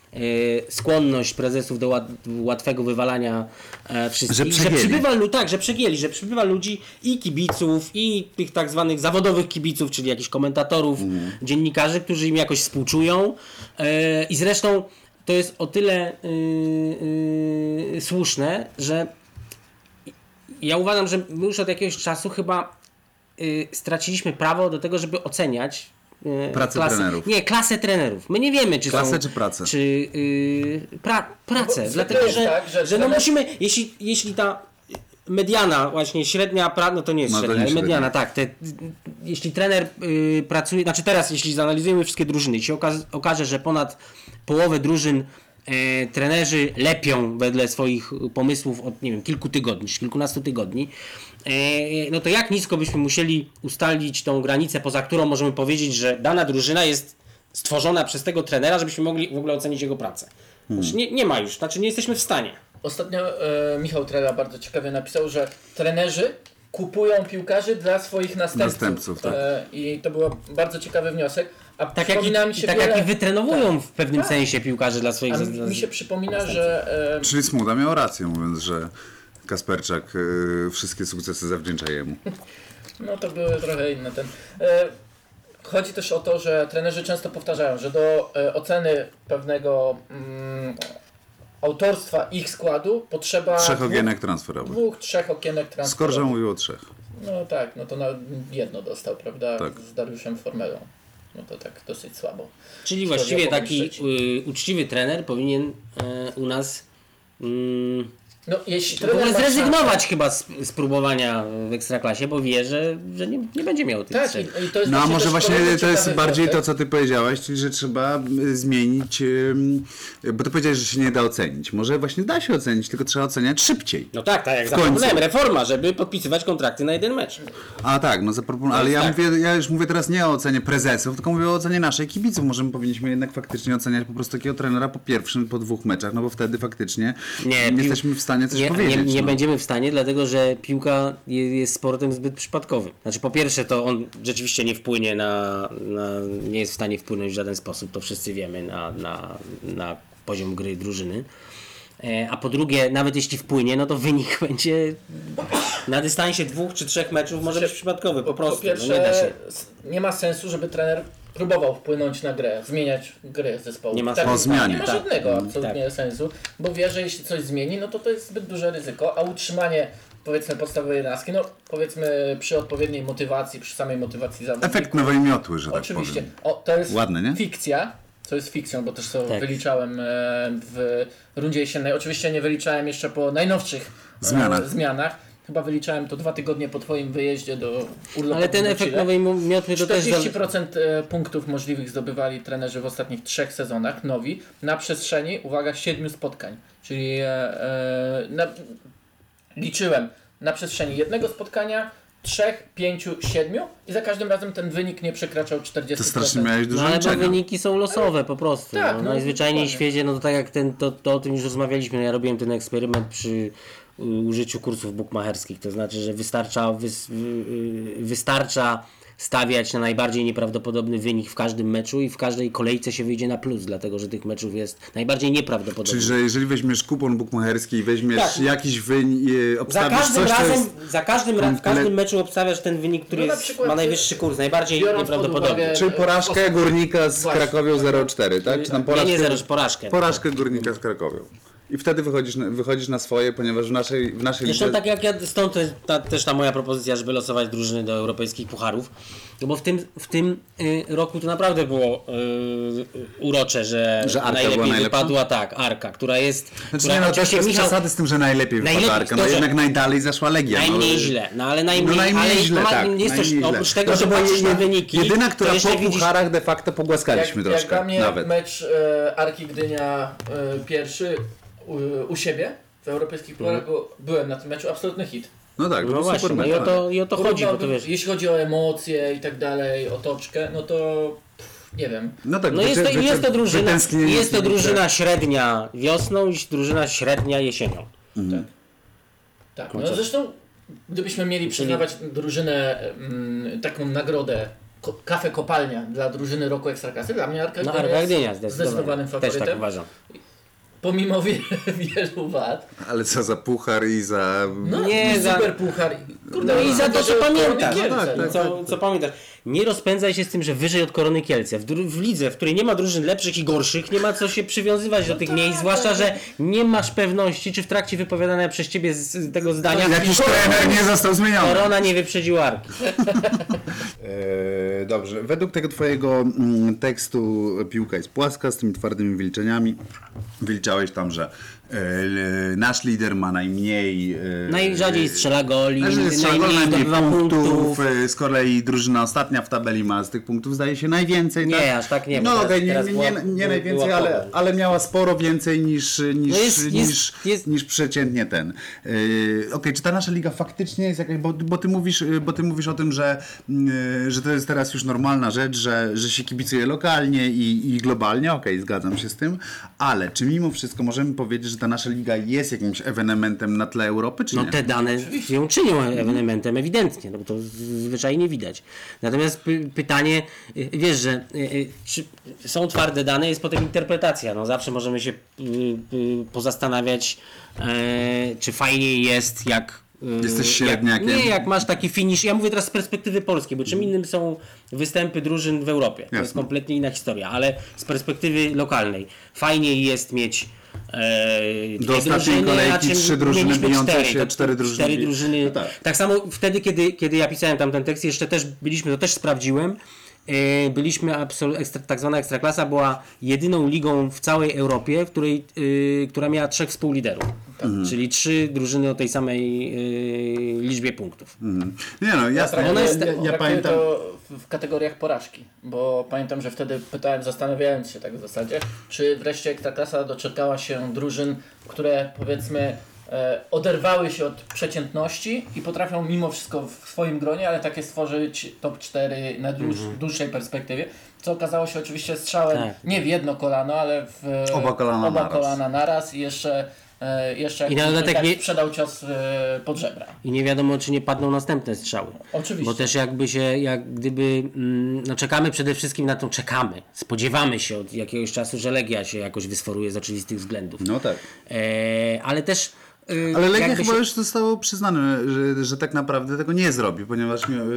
[SPEAKER 2] skłonność prezesów do łat, łatwego wywalania e, wszystkich.
[SPEAKER 1] Że przegięli.
[SPEAKER 2] przybywa, lu- tak, że przegięli, że przybywa ludzi i kibiców, i tych tak zwanych zawodowych kibiców, czyli jakichś komentatorów,
[SPEAKER 1] Mhm.
[SPEAKER 2] dziennikarzy, którzy im jakoś współczują. E, I zresztą to jest o tyle y, y, słuszne, że ja uważam, że my już od jakiegoś czasu chyba y, straciliśmy prawo do tego, żeby oceniać y,
[SPEAKER 1] Pracę
[SPEAKER 2] klasę,
[SPEAKER 1] trenerów.
[SPEAKER 2] Nie, klasę trenerów. My nie wiemy, czy
[SPEAKER 1] Klasę
[SPEAKER 2] są...
[SPEAKER 1] czy pracę?
[SPEAKER 2] Czy y, pra, pracę.
[SPEAKER 3] No bo
[SPEAKER 2] Dlatego,
[SPEAKER 3] zwykle
[SPEAKER 2] że,
[SPEAKER 3] jest tak, że
[SPEAKER 2] że no
[SPEAKER 3] trener-
[SPEAKER 2] musimy, jeśli, jeśli ta mediana, właśnie średnia, pra, no to nie jest
[SPEAKER 1] No to
[SPEAKER 2] średnia,
[SPEAKER 1] nie
[SPEAKER 2] ale mediana,
[SPEAKER 1] średnia.
[SPEAKER 2] tak. Te, jeśli trener y, pracuje, znaczy teraz, jeśli zanalizujemy wszystkie drużyny i się okaże, okaże, że ponad połowę drużyn e, trenerzy lepią wedle swoich pomysłów od, nie wiem, kilku tygodni, czy kilkunastu tygodni, e, no to jak nisko byśmy musieli ustalić tą granicę, poza którą możemy powiedzieć, że dana drużyna jest stworzona przez tego trenera, żebyśmy mogli w ogóle ocenić jego pracę. Znaczy, nie, nie ma już, znaczy nie jesteśmy w stanie.
[SPEAKER 3] Ostatnio e, Michał Trela bardzo ciekawie napisał, że trenerzy kupują piłkarzy dla swoich następców.
[SPEAKER 1] Następców, tak.
[SPEAKER 3] E, I to był bardzo ciekawy wniosek. A
[SPEAKER 2] Tak jak, i,
[SPEAKER 3] przypomina mi się
[SPEAKER 2] tak
[SPEAKER 3] wiele...
[SPEAKER 2] jak i wytrenowują w pewnym
[SPEAKER 3] Tak.
[SPEAKER 2] sensie piłkarzy dla swoich...
[SPEAKER 3] A
[SPEAKER 2] za-
[SPEAKER 3] mi, mi się przypomina, że e,
[SPEAKER 1] Czyli Smuda miał rację, mówiąc, że Kasperczak y, wszystkie sukcesy zawdzięcza jemu.
[SPEAKER 3] no to były trochę inne ten. E, chodzi też o to, że trenerzy często powtarzają, że do e, oceny pewnego mm, autorstwa ich składu potrzeba
[SPEAKER 1] Trzech
[SPEAKER 3] dwóch,
[SPEAKER 1] okienek transferowych.
[SPEAKER 3] dwóch, trzech okienek transferowych.
[SPEAKER 1] Skorża mówił o trzech.
[SPEAKER 3] No tak, no to na jedno dostał, prawda?
[SPEAKER 1] Tak.
[SPEAKER 3] Z Dariuszem Formelą. No to tak dosyć słabo.
[SPEAKER 2] Czyli
[SPEAKER 3] Historia
[SPEAKER 2] właściwie
[SPEAKER 3] Pogoń
[SPEAKER 2] taki
[SPEAKER 3] Szczecin.
[SPEAKER 2] y, uczciwy trener powinien e, u nas mm,
[SPEAKER 3] No jeśli
[SPEAKER 2] w ogóle
[SPEAKER 3] trener ma
[SPEAKER 2] zrezygnować
[SPEAKER 3] szansę-
[SPEAKER 2] chyba z, z próbowania w Ekstraklasie, bo wie, że, że nie, nie będzie miał tych
[SPEAKER 3] Tak,
[SPEAKER 2] trzech.
[SPEAKER 3] i, i to jest
[SPEAKER 1] No a może
[SPEAKER 3] też
[SPEAKER 1] właśnie
[SPEAKER 3] kolejny
[SPEAKER 1] to jest
[SPEAKER 3] ciekawy
[SPEAKER 1] bardziej to,
[SPEAKER 3] wniosek.
[SPEAKER 1] co ty powiedziałaś, czyli że trzeba y, zmienić, ym, bo ty powiedziałeś, że się nie da ocenić. Może właśnie da się ocenić, tylko trzeba oceniać szybciej.
[SPEAKER 2] No tak, tak jak
[SPEAKER 1] końcu.
[SPEAKER 2] zaproponowałem, reforma, żeby podpisywać kontrakty na jeden mecz.
[SPEAKER 1] A tak, no zaproponuję, ale ja,
[SPEAKER 2] tak.
[SPEAKER 1] mówię, ja już mówię teraz nie o ocenie prezesów, tylko mówię o ocenie naszej kibiców. Może my powinniśmy jednak faktycznie oceniać po prostu takiego trenera po pierwszym, po dwóch meczach, no bo wtedy faktycznie nie,
[SPEAKER 2] pił-
[SPEAKER 1] jesteśmy w stanie coś
[SPEAKER 2] nie,
[SPEAKER 1] powiedzieć.
[SPEAKER 2] Nie, nie
[SPEAKER 1] no.
[SPEAKER 2] będziemy w stanie, dlatego że piłka je- jest sportem zbyt przypadkowym. Znaczy po pierwsze to on rzeczywiście nie wpłynie na, na nie jest w stanie wpłynąć w żaden sposób, to wszyscy wiemy, na, na, na poziom gry drużyny. E, A po drugie, nawet jeśli wpłynie, no to wynik będzie na dystansie dwóch czy trzech meczów może być przypadkowy, po prostu.
[SPEAKER 3] Po pierwsze,
[SPEAKER 2] no nie da się.
[SPEAKER 3] s- nie ma sensu, żeby trener próbował wpłynąć na grę, zmieniać grę zespołu.
[SPEAKER 2] Nie ma
[SPEAKER 3] tak,
[SPEAKER 2] sensu.
[SPEAKER 1] O zmianie.
[SPEAKER 3] Nie ma
[SPEAKER 2] Tak.
[SPEAKER 3] żadnego
[SPEAKER 2] Mm,
[SPEAKER 3] absolutnie sensu, bo wie, że jeśli coś zmieni, no to to jest zbyt duże ryzyko, a utrzymanie powiedzmy podstawowej jedenastki, no powiedzmy przy odpowiedniej motywacji, przy samej motywacji zawodników.
[SPEAKER 1] Efekt nowej miotły, że tak
[SPEAKER 3] Oczywiście.
[SPEAKER 1] powiem.
[SPEAKER 3] O, to jest
[SPEAKER 1] Ładne, nie?
[SPEAKER 3] fikcja, co jest fikcją, bo też to
[SPEAKER 2] Tak.
[SPEAKER 3] wyliczałem e, w rundzie jesiennej. Oczywiście nie wyliczałem jeszcze po najnowszych e,
[SPEAKER 1] Zmianach.
[SPEAKER 3] zmianach. Chyba wyliczałem to dwa tygodnie po Twoim wyjeździe do urlopu.
[SPEAKER 2] Ale ten
[SPEAKER 3] do
[SPEAKER 2] efekt
[SPEAKER 3] Chile.
[SPEAKER 2] nowej mu- miotły to też...
[SPEAKER 3] czterdzieści procent e, punktów możliwych zdobywali trenerzy w ostatnich trzech sezonach, nowi, na przestrzeni, uwaga, siedmiu spotkań. Czyli e, e, na, liczyłem na przestrzeni jednego spotkania, trzech, pięciu, siedmiu i za każdym razem ten wynik nie przekraczał
[SPEAKER 1] To
[SPEAKER 3] czterdzieści procent.
[SPEAKER 1] strasznie miałeś
[SPEAKER 2] No
[SPEAKER 1] dużo
[SPEAKER 2] ale bo
[SPEAKER 1] liczenia.
[SPEAKER 2] wyniki są losowe po prostu.
[SPEAKER 3] Tak,
[SPEAKER 2] no,
[SPEAKER 3] no,
[SPEAKER 2] najzwyczajniej w
[SPEAKER 3] dokładnie.
[SPEAKER 2] świecie, no to tak jak ten, to, to o tym już rozmawialiśmy, no ja robiłem ten eksperyment przy y, użyciu kursów bukmacherskich, to znaczy, że wystarcza, wys, y, y, wystarcza stawiać na najbardziej nieprawdopodobny wynik w każdym meczu i w każdej kolejce się wyjdzie na plus, dlatego że tych meczów jest najbardziej nieprawdopodobnych.
[SPEAKER 1] Czyli, że jeżeli weźmiesz kupon bukmacherski i weźmiesz
[SPEAKER 2] Tak.
[SPEAKER 1] jakiś wynik, e,
[SPEAKER 2] Za
[SPEAKER 1] obstawisz
[SPEAKER 2] każdym
[SPEAKER 1] coś, co
[SPEAKER 2] razem,
[SPEAKER 1] jest...
[SPEAKER 2] za każdym, ra- w każdym
[SPEAKER 1] komple-
[SPEAKER 2] meczu obstawiasz ten wynik, który
[SPEAKER 3] No na
[SPEAKER 2] jest,
[SPEAKER 3] przykład,
[SPEAKER 2] ma najwyższy kurs, najbardziej
[SPEAKER 3] biorąc pod
[SPEAKER 2] nieprawdopodobny.
[SPEAKER 3] uwagę-
[SPEAKER 1] Czyli porażkę Górnika z
[SPEAKER 3] Właśnie.
[SPEAKER 1] Krakowią zero cztery, tak? Czy tam
[SPEAKER 2] Nie,
[SPEAKER 1] porażkę,
[SPEAKER 2] nie zero, porażkę.
[SPEAKER 1] porażkę Górnika z Krakowią. I wtedy wychodzisz na, wychodzisz na swoje, ponieważ w naszej, w naszej
[SPEAKER 2] Zresztą
[SPEAKER 1] lidze...
[SPEAKER 2] tak jak ja, stąd te- ta, też ta moja propozycja, żeby losować drużyny do europejskich pucharów, no bo w tym, w tym y, roku to naprawdę było y, urocze, że,
[SPEAKER 1] Że Arka
[SPEAKER 2] najlepiej
[SPEAKER 1] była najlepsza?
[SPEAKER 2] wypadła tak, Arka, która jest...
[SPEAKER 1] Znaczy
[SPEAKER 2] która
[SPEAKER 1] nie, no to
[SPEAKER 2] oczywiście
[SPEAKER 1] jest
[SPEAKER 2] Michał,
[SPEAKER 1] przesady z tym, że najlepiej
[SPEAKER 2] Najlepiej,
[SPEAKER 1] wypadła Arka. No
[SPEAKER 2] to, że-
[SPEAKER 1] jednak najdalej zaszła Legia.
[SPEAKER 2] najmniej
[SPEAKER 1] no.
[SPEAKER 2] źle, no ale najmniej,
[SPEAKER 1] No najmniej
[SPEAKER 2] ale
[SPEAKER 1] źle,
[SPEAKER 2] to ma,
[SPEAKER 1] tak.
[SPEAKER 2] jest też,
[SPEAKER 1] najmniej źle.
[SPEAKER 2] oprócz tego,
[SPEAKER 1] No to
[SPEAKER 2] że
[SPEAKER 1] była
[SPEAKER 2] patrzysz
[SPEAKER 1] je-
[SPEAKER 2] na wyniki,
[SPEAKER 1] jedyna,
[SPEAKER 2] to
[SPEAKER 1] która
[SPEAKER 2] jeszcze
[SPEAKER 1] po
[SPEAKER 2] widzisz-
[SPEAKER 1] pucharach de facto pogłaskaliśmy
[SPEAKER 3] jak, jak
[SPEAKER 1] troszkę.
[SPEAKER 3] dla mnie
[SPEAKER 1] nawet.
[SPEAKER 3] mecz e, Arki Gdynia e, pierwszy u, u siebie w europejskich pucharach, bo byłem na tym meczu, absolutny hit.
[SPEAKER 1] No tak, to
[SPEAKER 2] No
[SPEAKER 1] był
[SPEAKER 2] właśnie,
[SPEAKER 1] super
[SPEAKER 2] no
[SPEAKER 1] mecz.
[SPEAKER 2] i o
[SPEAKER 1] tak.
[SPEAKER 2] to, i o to chodzi, bo to
[SPEAKER 3] Porównałbym-
[SPEAKER 2] wiesz...
[SPEAKER 3] Jeśli chodzi o emocje i tak dalej, otoczkę, no to pff, nie wiem.
[SPEAKER 1] No tak,
[SPEAKER 2] No jest to,
[SPEAKER 1] wycie-
[SPEAKER 2] jest to
[SPEAKER 1] wycie-
[SPEAKER 2] drużyna,
[SPEAKER 1] wytęsknienie
[SPEAKER 2] jest to
[SPEAKER 1] kibica.
[SPEAKER 2] drużyna średnia wiosną i drużyna średnia jesienią.
[SPEAKER 3] Tak,
[SPEAKER 2] No
[SPEAKER 3] no
[SPEAKER 2] co?
[SPEAKER 3] zresztą gdybyśmy mieli przyznawać drużynę mm, taką nagrodę ko- kafe kopalnia dla drużyny roku Ekstraklasy. Dla mnie Arka
[SPEAKER 2] No
[SPEAKER 3] Gdynia
[SPEAKER 2] Arka
[SPEAKER 3] jest
[SPEAKER 2] Gdynia zdecydowanie.
[SPEAKER 3] zdecydowanym
[SPEAKER 2] Też
[SPEAKER 3] faworytem.
[SPEAKER 2] tak uważam.
[SPEAKER 3] Pomimo wie, wielu wad.
[SPEAKER 1] Ale co za puchar i za...
[SPEAKER 3] No
[SPEAKER 2] Nie,
[SPEAKER 3] i
[SPEAKER 2] za-
[SPEAKER 3] super puchar. Kurde,
[SPEAKER 2] No i za to, co
[SPEAKER 3] że
[SPEAKER 2] pamiętasz.
[SPEAKER 3] Kielce,
[SPEAKER 1] No tak,
[SPEAKER 3] no.
[SPEAKER 1] tak.
[SPEAKER 2] Co, co pamiętasz? Nie rozpędzaj się z tym, że wyżej od Korony Kielce. W, dru- w lidze, w której nie ma drużyn lepszych i gorszych, nie ma co się przywiązywać do tych miejsc, zwłaszcza, że nie masz pewności, czy w trakcie wypowiadania przez ciebie z, z tego zdania
[SPEAKER 1] Jakiś trener nie został zmieniony.
[SPEAKER 2] Korona nie wyprzedziła Arki.
[SPEAKER 1] E, dobrze, według tego twojego mm, tekstu piłka jest płaska z tymi twardymi wilczeniami. Wyliczałeś tam, że e, l- nasz lider ma najmniej... E,
[SPEAKER 2] Najrzadziej strzela goli,
[SPEAKER 1] najrzadziej strzela gol,
[SPEAKER 2] najmniej
[SPEAKER 1] najmniej
[SPEAKER 2] zdobywa
[SPEAKER 1] punktów.
[SPEAKER 2] punktów.
[SPEAKER 1] e, Z kolei drużyna ostatnia w tabeli ma z tych punktów zdaje się najwięcej.
[SPEAKER 2] Nie,
[SPEAKER 1] tak?
[SPEAKER 2] aż tak nie, bo
[SPEAKER 1] No
[SPEAKER 2] teraz-
[SPEAKER 1] okej, nie,
[SPEAKER 2] teraz
[SPEAKER 1] nie,
[SPEAKER 2] była-
[SPEAKER 1] nie, nie
[SPEAKER 2] by-
[SPEAKER 1] najwięcej,
[SPEAKER 2] była
[SPEAKER 1] ale,
[SPEAKER 2] pogoń.
[SPEAKER 1] ale miała sporo więcej niż, niż,
[SPEAKER 2] No jest- jest-
[SPEAKER 1] niż,
[SPEAKER 2] jest-
[SPEAKER 1] niż przeciętnie ten. Yy, Okej, czy ta nasza liga faktycznie jest jakaś, bo, bo, ty mówisz, yy, bo ty mówisz o tym, że, yy, że to jest teraz już normalna rzecz, że, że się kibicuje lokalnie i, i globalnie, okej, zgadzam się z tym, ale czy mimo wszystko możemy powiedzieć, że ta nasza liga jest jakimś ewenementem na tle Europy, czy
[SPEAKER 2] No
[SPEAKER 1] nie?
[SPEAKER 2] te dane ją czynią ewenementem ewidentnie, no bo to zwyczajnie widać. Natomiast py pytanie, y, wiesz, że y, y, czy są twarde dane, jest potem interpretacja. No zawsze możemy się y, y, pozastanawiać, e, czy fajniej jest jak... y,
[SPEAKER 1] Jesteś
[SPEAKER 2] jak,
[SPEAKER 1] średniakiem.
[SPEAKER 2] Nie, jak masz taki finish. Ja mówię teraz z perspektywy polskiej, bo czym innym są występy drużyn w Europie. To jest
[SPEAKER 1] Jasne.
[SPEAKER 2] kompletnie inna historia, ale z perspektywy lokalnej fajniej jest mieć e,
[SPEAKER 1] Do
[SPEAKER 2] dwie
[SPEAKER 1] ostatniej
[SPEAKER 2] drużyny,
[SPEAKER 1] kolejki
[SPEAKER 2] a czym
[SPEAKER 1] trzy drużyny
[SPEAKER 2] mieliśmy
[SPEAKER 1] bijące
[SPEAKER 2] cztery,
[SPEAKER 1] się,
[SPEAKER 2] to-
[SPEAKER 1] cztery drużyny
[SPEAKER 2] cztery
[SPEAKER 1] bi-
[SPEAKER 2] drużyny.
[SPEAKER 1] No tak.
[SPEAKER 2] Tak samo wtedy, kiedy, kiedy ja pisałem tam ten tekst, jeszcze też byliśmy, to też sprawdziłem, e, byliśmy, absol- ekstra, tak zwana Ekstraklasa była jedyną ligą w całej Europie, w której, e, która miała trzech współliderów. Czyli trzy drużyny o tej samej e, liczbie punktów.
[SPEAKER 1] Mhm. Nie no,
[SPEAKER 3] Ja,
[SPEAKER 1] jasne.
[SPEAKER 3] traktuję,
[SPEAKER 2] Ona jest-
[SPEAKER 1] ja, ja,
[SPEAKER 3] traktuję
[SPEAKER 1] pamiętam...
[SPEAKER 3] to w, w kategoriach porażki, bo pamiętam, że wtedy pytałem, zastanawiając się tak w zasadzie, czy wreszcie Ekstraklasa doczekała się drużyn, które powiedzmy e, oderwały się od przeciętności i potrafią mimo wszystko w swoim gronie, ale takie stworzyć top cztery na dłuż, dłuższej perspektywie, co okazało się oczywiście strzałem
[SPEAKER 2] Tak.
[SPEAKER 3] nie w jedno kolano, ale w e,
[SPEAKER 1] Oba kolana
[SPEAKER 3] oba
[SPEAKER 1] naraz.
[SPEAKER 3] kolana naraz i jeszcze E, jeszcze
[SPEAKER 2] I
[SPEAKER 3] jak
[SPEAKER 2] na dodatek
[SPEAKER 3] tak
[SPEAKER 2] nie-
[SPEAKER 3] sprzedał cios e, pod żebra.
[SPEAKER 2] I nie wiadomo, czy nie padną następne strzały.
[SPEAKER 3] Oczywiście.
[SPEAKER 2] Bo też jakby się, jak gdyby, mm, no czekamy przede wszystkim na tą, czekamy, spodziewamy się od jakiegoś czasu, że Legia się jakoś wysforuje z oczywistych względów.
[SPEAKER 1] No tak.
[SPEAKER 2] E, ale też... y,
[SPEAKER 1] Ale Legia
[SPEAKER 2] jakby
[SPEAKER 1] chyba
[SPEAKER 2] się-
[SPEAKER 1] już zostało przyznane, że, że tak naprawdę tego nie zrobi, ponieważ mi-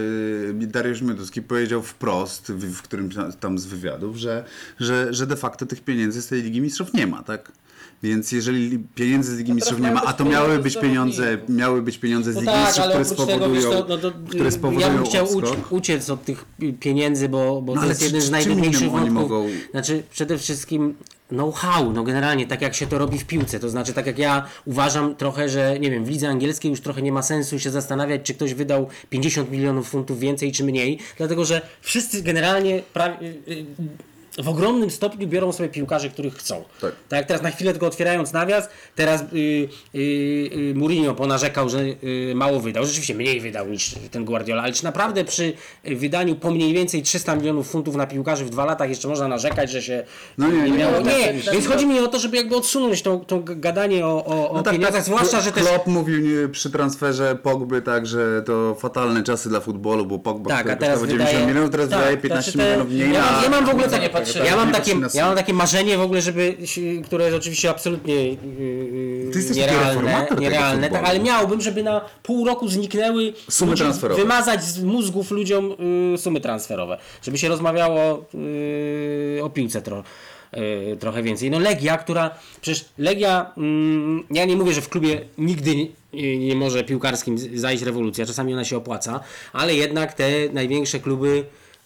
[SPEAKER 1] yy, Dariusz Mioduski powiedział wprost, w, w którymś tam z wywiadów, że, że, że de facto tych pieniędzy z tej Ligi Mistrzów nie ma, tak? Więc jeżeli pieniędzy z Ligi Mistrzów nie
[SPEAKER 3] mają
[SPEAKER 1] ma,
[SPEAKER 3] być
[SPEAKER 1] a to miały
[SPEAKER 3] pieniądze
[SPEAKER 1] być
[SPEAKER 3] z
[SPEAKER 1] pieniądze,
[SPEAKER 3] zawodników.
[SPEAKER 1] miały być pieniądze z
[SPEAKER 2] No
[SPEAKER 1] Ligi
[SPEAKER 2] tak,
[SPEAKER 1] Mistrzów,
[SPEAKER 2] ale
[SPEAKER 1] które
[SPEAKER 2] oprócz tego, wiesz,
[SPEAKER 1] spowodują,
[SPEAKER 2] to, no to,
[SPEAKER 1] które
[SPEAKER 2] ja
[SPEAKER 1] spowodują
[SPEAKER 2] bym chciał uci-
[SPEAKER 1] odskok.
[SPEAKER 2] uciec od tych pieniędzy, bo, bo
[SPEAKER 1] No
[SPEAKER 2] to
[SPEAKER 1] ale
[SPEAKER 2] jest
[SPEAKER 1] czy-
[SPEAKER 2] jeden z
[SPEAKER 1] czy- czym
[SPEAKER 2] najważniejszych
[SPEAKER 1] innym oni
[SPEAKER 2] wątków.
[SPEAKER 1] mogą-
[SPEAKER 2] Znaczy przede wszystkim know-how, no generalnie tak jak się to robi w piłce, to znaczy tak jak ja uważam trochę, że nie wiem, w lidze angielskiej już trochę nie ma sensu się zastanawiać, czy ktoś wydał pięćdziesiąt milionów funtów więcej czy mniej, dlatego że wszyscy generalnie pra- y, y, w ogromnym stopniu biorą sobie piłkarzy, których chcą.
[SPEAKER 1] Tak.
[SPEAKER 2] Tak jak teraz na chwilę tylko otwierając nawias, teraz y, y, y, Mourinho ponarzekał, że y, mało wydał. Rzeczywiście mniej wydał niż ten Guardiola, ale czy naprawdę przy y, wydaniu po mniej więcej trzysta milionów funtów na piłkarzy w dwa latach jeszcze można narzekać, że się
[SPEAKER 1] No nie, nie,
[SPEAKER 2] miało?
[SPEAKER 1] nie,
[SPEAKER 2] Nie,
[SPEAKER 3] tak, tak,
[SPEAKER 2] więc
[SPEAKER 3] tak.
[SPEAKER 2] chodzi mi o to, żeby jakby odsunąć to, to gadanie o, o, o
[SPEAKER 1] No tak,
[SPEAKER 2] pieniądzach,
[SPEAKER 1] tak,
[SPEAKER 2] zwłaszcza, że też...
[SPEAKER 1] Klopp mówił nie, przy transferze Pogby tak, że to fatalne czasy dla futbolu, bo Pogba
[SPEAKER 2] Tak,
[SPEAKER 1] który
[SPEAKER 2] a teraz
[SPEAKER 1] kosztował dziewięćdziesiąt
[SPEAKER 2] wydaje...
[SPEAKER 1] milionów, teraz
[SPEAKER 2] tak,
[SPEAKER 1] wydaje
[SPEAKER 2] to
[SPEAKER 1] piętnaście
[SPEAKER 2] znaczy te-
[SPEAKER 1] milionów mniej
[SPEAKER 2] ja,
[SPEAKER 1] na...
[SPEAKER 2] mam- ja mam w ogóle
[SPEAKER 3] na
[SPEAKER 2] takie,
[SPEAKER 3] patrzyłem.
[SPEAKER 2] ja mam
[SPEAKER 1] Nie
[SPEAKER 2] takie,
[SPEAKER 1] patrzy na
[SPEAKER 2] ja mam
[SPEAKER 1] sum.
[SPEAKER 2] takie marzenie w ogóle, żeby, które jest oczywiście absolutnie yy,
[SPEAKER 1] Ty jesteś taki
[SPEAKER 2] nierealne,
[SPEAKER 1] reformator tego
[SPEAKER 2] nierealne tak,
[SPEAKER 1] futbolu.
[SPEAKER 2] ale miałbym, żeby na pół roku zniknęły
[SPEAKER 1] Sumy
[SPEAKER 2] ludzi-
[SPEAKER 1] transferowe.
[SPEAKER 2] wymazać z mózgów ludziom yy, sumy transferowe, żeby się rozmawiało yy, o piłce trochę. Yy, trochę więcej. No Legia, która przecież Legia, mm, ja nie mówię, że w klubie nigdy nie, nie może piłkarskim z- zajść rewolucja, czasami ona się opłaca, ale jednak te największe kluby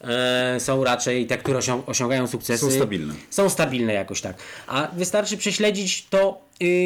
[SPEAKER 2] e, są raczej te, które osią- osiągają sukcesy.
[SPEAKER 1] Są stabilne.
[SPEAKER 2] Są stabilne jakoś tak. A wystarczy prześledzić to,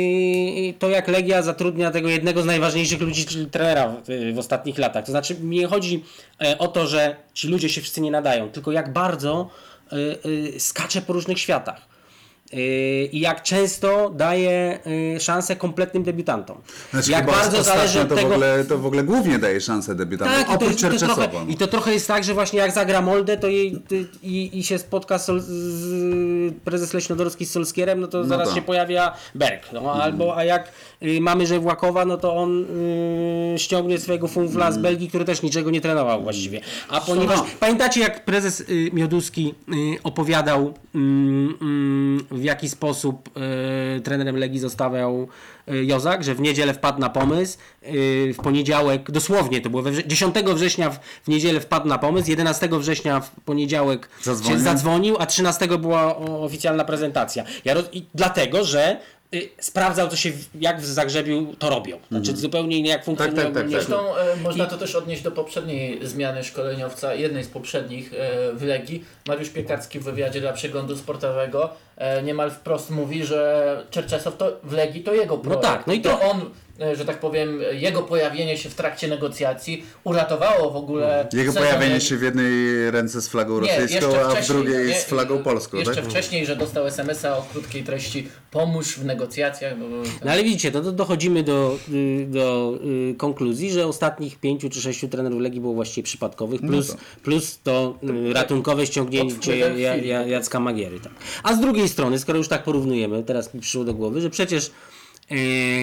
[SPEAKER 2] yy, to jak Legia zatrudnia tego jednego z najważniejszych ludzi, czyli trenera w, w ostatnich latach. To znaczy nie chodzi e, o to, że ci ludzie się wszyscy nie nadają, tylko jak bardzo y, y, skacze po różnych światach. i jak często daje y, szansę kompletnym debiutantom.
[SPEAKER 1] Znaczy,
[SPEAKER 2] jak
[SPEAKER 1] chyba
[SPEAKER 2] bardzo zależy od
[SPEAKER 1] to
[SPEAKER 2] tego...
[SPEAKER 1] W ogóle, to w ogóle głównie daje szansę debiutantom,
[SPEAKER 2] Tak, i to,
[SPEAKER 1] oprócz
[SPEAKER 2] i, to trochę,
[SPEAKER 1] Czerczesowa.
[SPEAKER 2] I to trochę jest tak, że właśnie jak zagra Molde to jej, ty, i, i się spotka sol, z, prezes Leśnodorski z Solskierem, no to
[SPEAKER 1] No
[SPEAKER 2] zaraz
[SPEAKER 1] to.
[SPEAKER 2] się pojawia Berg. No, albo, a jak y, mamy Żewłakowa, no to on y, ściągnie swojego funfla z Belgii, który też niczego nie trenował właściwie. A ponieważ,
[SPEAKER 1] No.
[SPEAKER 2] pamiętacie jak prezes y, Mioduski y, opowiadał mm, mm, w jaki sposób y, trenerem Legii zostawiał y, Jozak, że w niedzielę wpadł na pomysł, y, w poniedziałek, dosłownie to było we wrze- dziesiątego września w, w niedzielę wpadł na pomysł, jedenastego września w poniedziałek
[SPEAKER 1] Zadzwonił.
[SPEAKER 2] się zadzwonił, a trzynastego była o, oficjalna prezentacja. Ja roz, i dlatego, że y, sprawdzał, co się, w- jak w Zagrzebiu to robią. Znaczy zupełnie innie jak funkcjonują.
[SPEAKER 1] tak, tak,
[SPEAKER 2] nie-
[SPEAKER 1] tak.
[SPEAKER 3] Zresztą e, można to też odnieść do poprzedniej zmiany szkoleniowca, jednej z poprzednich e, w Legii. Mariusz Piekarski w wywiadzie dla Przeglądu Sportowego e, niemal wprost mówi, że Czerczesow to w Legii to jego projekt.
[SPEAKER 2] tak, no i
[SPEAKER 3] to
[SPEAKER 2] to-
[SPEAKER 3] on, e, że tak powiem, jego pojawienie się w trakcie negocjacji uratowało w ogóle
[SPEAKER 1] Jego
[SPEAKER 3] sezon
[SPEAKER 1] pojawienie
[SPEAKER 3] Legii.
[SPEAKER 1] się w jednej ręce z flagą
[SPEAKER 3] Nie,
[SPEAKER 1] rosyjską,
[SPEAKER 3] jeszcze
[SPEAKER 1] a w
[SPEAKER 3] wcześniej,
[SPEAKER 1] drugiej
[SPEAKER 3] nie,
[SPEAKER 1] z flagą polską,
[SPEAKER 3] Jeszcze
[SPEAKER 1] tak?
[SPEAKER 3] wcześniej, że dostał es em es a o krótkiej treści pomóż w negocjacjach. Bo,
[SPEAKER 2] No ale widzicie, to, to dochodzimy do, y, do y, konkluzji, że ostatnich pięciu czy sześciu trenerów Legii było właściwie przypadkowych, plus,
[SPEAKER 1] to.
[SPEAKER 2] plus to y, ratunkowe
[SPEAKER 3] pod
[SPEAKER 2] ściągnięcie
[SPEAKER 3] wpływem
[SPEAKER 2] ja,
[SPEAKER 3] chwili.
[SPEAKER 2] ja, Jacka Magiery. Tak. A z drugiej strony, skoro już tak porównujemy, teraz mi przyszło do głowy, że przecież yy,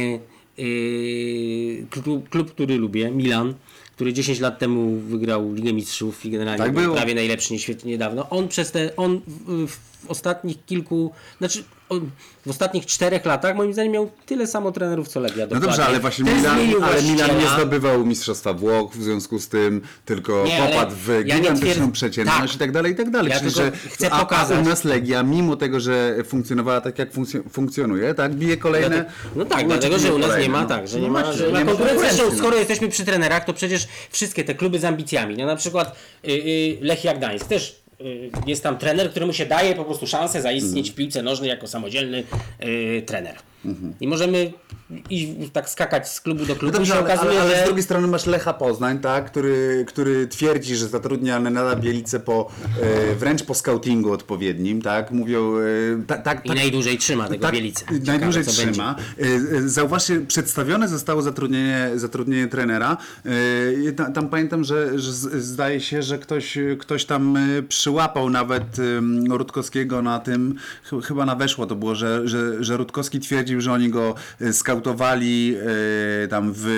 [SPEAKER 2] yy, klub, klub, który lubię, Milan, który dziesięć lat temu wygrał Ligę Mistrzów i generalnie
[SPEAKER 1] Tak
[SPEAKER 2] był
[SPEAKER 1] było.
[SPEAKER 2] prawie najlepszy nie świetnie niedawno, on przez te, on w, w ostatnich kilku, znaczy on w ostatnich czterech latach moim zdaniem miał tyle samo trenerów co Legia.
[SPEAKER 1] No
[SPEAKER 2] dokładnie.
[SPEAKER 1] dobrze, ale właśnie
[SPEAKER 2] Ten
[SPEAKER 1] Milan,
[SPEAKER 2] zmienił
[SPEAKER 1] ale Milan nie
[SPEAKER 2] właściciela.
[SPEAKER 1] zdobywał Mistrzostwa Włoch, w związku z tym tylko
[SPEAKER 2] Nie, ale
[SPEAKER 1] popadł w
[SPEAKER 2] ja nie
[SPEAKER 1] gigantyczną
[SPEAKER 2] twierdzę-
[SPEAKER 1] przeciętność
[SPEAKER 2] tak.
[SPEAKER 1] i tak dalej, i tak dalej.
[SPEAKER 2] Ja
[SPEAKER 1] Czyli,
[SPEAKER 2] tylko
[SPEAKER 1] że,
[SPEAKER 2] chcę
[SPEAKER 1] a,
[SPEAKER 2] pokazać-
[SPEAKER 1] a u nas Legia, mimo tego, że funkcjonowała tak, jak funkcjo- funkcjonuje, tak, bije kolejne...
[SPEAKER 2] Dlatego- No tak,
[SPEAKER 1] znaczy,
[SPEAKER 2] dlatego, że u nas
[SPEAKER 1] kolejne,
[SPEAKER 2] nie ma
[SPEAKER 1] no.
[SPEAKER 2] tak, że
[SPEAKER 1] No
[SPEAKER 2] nie ma,
[SPEAKER 1] właśnie,
[SPEAKER 2] że nie ma konkurencji.
[SPEAKER 1] konkurencji,
[SPEAKER 2] Zresztą,
[SPEAKER 1] no.
[SPEAKER 2] skoro jesteśmy przy trenerach, to przecież wszystkie te kluby z ambicjami, no na przykład y, y, Lechia Gdańsk też y, jest tam trener, któremu się daje po prostu szansę zaistnieć w piłce nożnej jako samodzielny y, trener. I możemy i tak skakać z klubu do klubu
[SPEAKER 1] No
[SPEAKER 2] i
[SPEAKER 1] dobrze,
[SPEAKER 2] się
[SPEAKER 1] ale,
[SPEAKER 2] okazuje,
[SPEAKER 1] ale, ale
[SPEAKER 2] że...
[SPEAKER 1] z drugiej strony masz Lecha Poznań, tak, który, który twierdzi, że zatrudnia Nenada Bielicę po, e, wręcz po scoutingu odpowiednim, tak, mówią... E, ta, tak,
[SPEAKER 2] I
[SPEAKER 1] tak,
[SPEAKER 2] najdłużej trzyma tego Bielicy. Ciekawe,
[SPEAKER 1] Najdłużej
[SPEAKER 2] co
[SPEAKER 1] trzyma. E, e, Zauważcie, przedstawione zostało zatrudnienie, zatrudnienie trenera. E, ta- Tam pamiętam, że, że z- zdaje się, że ktoś, ktoś tam e, przyłapał nawet em, Rutkowskiego na tym, ch- chyba na Weszło to było, że, że, że Rutkowski twierdził, że oni go e, skautowali e, tam w,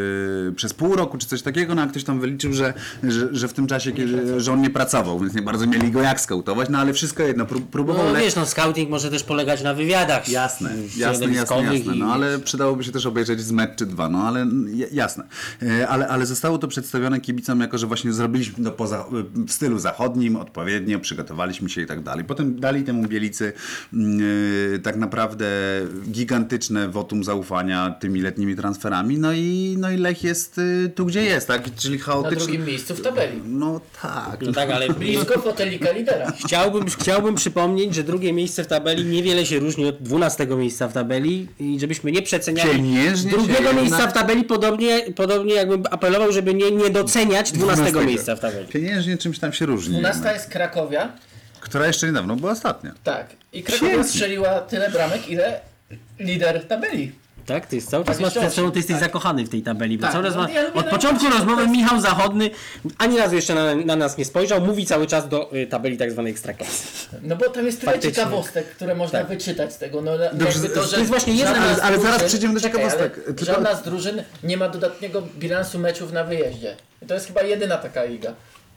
[SPEAKER 1] przez pół roku czy coś takiego, no a ktoś tam wyliczył, że, że, że w tym czasie, kiedy, że on nie pracował, więc nie bardzo mieli go jak skautować, no ale wszystko jedno, prób- próbował
[SPEAKER 2] No
[SPEAKER 1] Lech-
[SPEAKER 2] wiesz, no scouting może też polegać na wywiadach.
[SPEAKER 1] Jasne, jasne, jasne,
[SPEAKER 2] środowiskowych
[SPEAKER 1] jasne.
[SPEAKER 2] i-
[SPEAKER 1] No ale przydałoby się też obejrzeć z mecz czy dwa, no ale j- jasne. E, Ale, ale zostało to przedstawione kibicom jako, że właśnie zrobiliśmy to poza, w stylu zachodnim, odpowiednio, przygotowaliśmy się i tak dalej. Potem dali temu Bielicy mm, e, tak naprawdę gigantyczne wotum zaufania tymi letnimi transferami, no i, no i Lech jest e, tu, gdzie jest, tak? Czyli
[SPEAKER 3] Na
[SPEAKER 1] chaotyczny.
[SPEAKER 3] drugim miejscu w tabeli.
[SPEAKER 1] No tak.
[SPEAKER 2] No tak, ale
[SPEAKER 3] Blisko fotelika lidera.
[SPEAKER 2] Chciałbym, chciałbym przypomnieć, że drugie miejsce w tabeli niewiele się różni od dwunastego miejsca w tabeli i żebyśmy nie przeceniali
[SPEAKER 1] Pieniężnie się
[SPEAKER 2] drugiego
[SPEAKER 1] jednak-
[SPEAKER 2] miejsca w tabeli, podobnie, podobnie jakbym apelował, żeby nie, nie doceniać dwunastego miejsca w tabeli.
[SPEAKER 1] Pieniężnie czymś tam się różni.
[SPEAKER 3] dwunasta
[SPEAKER 1] jednak.
[SPEAKER 3] jest Krakowia.
[SPEAKER 1] Która jeszcze niedawno była ostatnia.
[SPEAKER 3] Tak. I Krakowia
[SPEAKER 1] Pięknie.
[SPEAKER 3] strzeliła tyle bramek, ile lider tabeli.
[SPEAKER 2] Tak, ty jest cały czas masz
[SPEAKER 3] dwadzieścia
[SPEAKER 2] przed sobą, ty jesteś
[SPEAKER 3] osiem, tak.
[SPEAKER 2] zakochany w tej tabeli, bo
[SPEAKER 3] Tak,
[SPEAKER 2] cały czas
[SPEAKER 3] no
[SPEAKER 2] ma,
[SPEAKER 3] ja lubię
[SPEAKER 2] od
[SPEAKER 3] na-
[SPEAKER 2] początku
[SPEAKER 3] na-
[SPEAKER 2] rozmowy Michał Zachodny ani razu jeszcze na, na nas nie spojrzał, mówi cały czas do y, tabeli tak zwanej ekstraklasy.
[SPEAKER 3] No bo tam jest tyle
[SPEAKER 2] Faktycznie.
[SPEAKER 3] ciekawostek, które można
[SPEAKER 2] Tak.
[SPEAKER 3] wyczytać z tego. No,
[SPEAKER 1] Dobrze,
[SPEAKER 3] jakby to, że
[SPEAKER 2] to jest właśnie jedna-
[SPEAKER 3] żadna z
[SPEAKER 1] ale zaraz
[SPEAKER 3] drużyn-
[SPEAKER 1] przejdziemy do
[SPEAKER 3] czekaj,
[SPEAKER 1] ciekawostek.
[SPEAKER 3] ale
[SPEAKER 1] Tylko-
[SPEAKER 3] Żadna z drużyn nie ma dodatniego bilansu meczów na wyjeździe. I to jest chyba jedyna taka liga.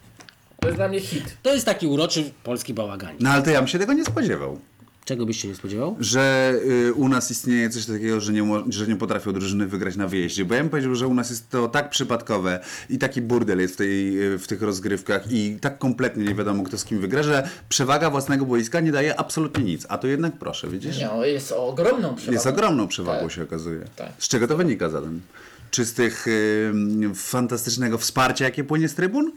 [SPEAKER 3] To jest dla mnie hit.
[SPEAKER 2] To jest taki uroczy polski bałagan.
[SPEAKER 1] No ale to ja bym się tego nie spodziewał.
[SPEAKER 2] Czego byś się nie spodziewał?
[SPEAKER 1] Że y, u nas istnieje coś takiego, że nie, mo- że nie potrafią drużyny wygrać na wyjeździe. Bo ja bym powiedział, że u nas jest to tak przypadkowe i taki burdel jest w, tej, y, w tych rozgrywkach i tak kompletnie nie wiadomo kto z kim wygra, że przewaga własnego boiska nie daje absolutnie nic. A to jednak proszę, widzisz?
[SPEAKER 3] Nie, no, jest ogromną przewagą.
[SPEAKER 1] Jest ogromną przewagą
[SPEAKER 3] Tak.
[SPEAKER 1] się okazuje.
[SPEAKER 3] Tak.
[SPEAKER 1] Z czego to wynika zatem? czy z tych y, fantastycznego wsparcia, jakie płynie z trybun?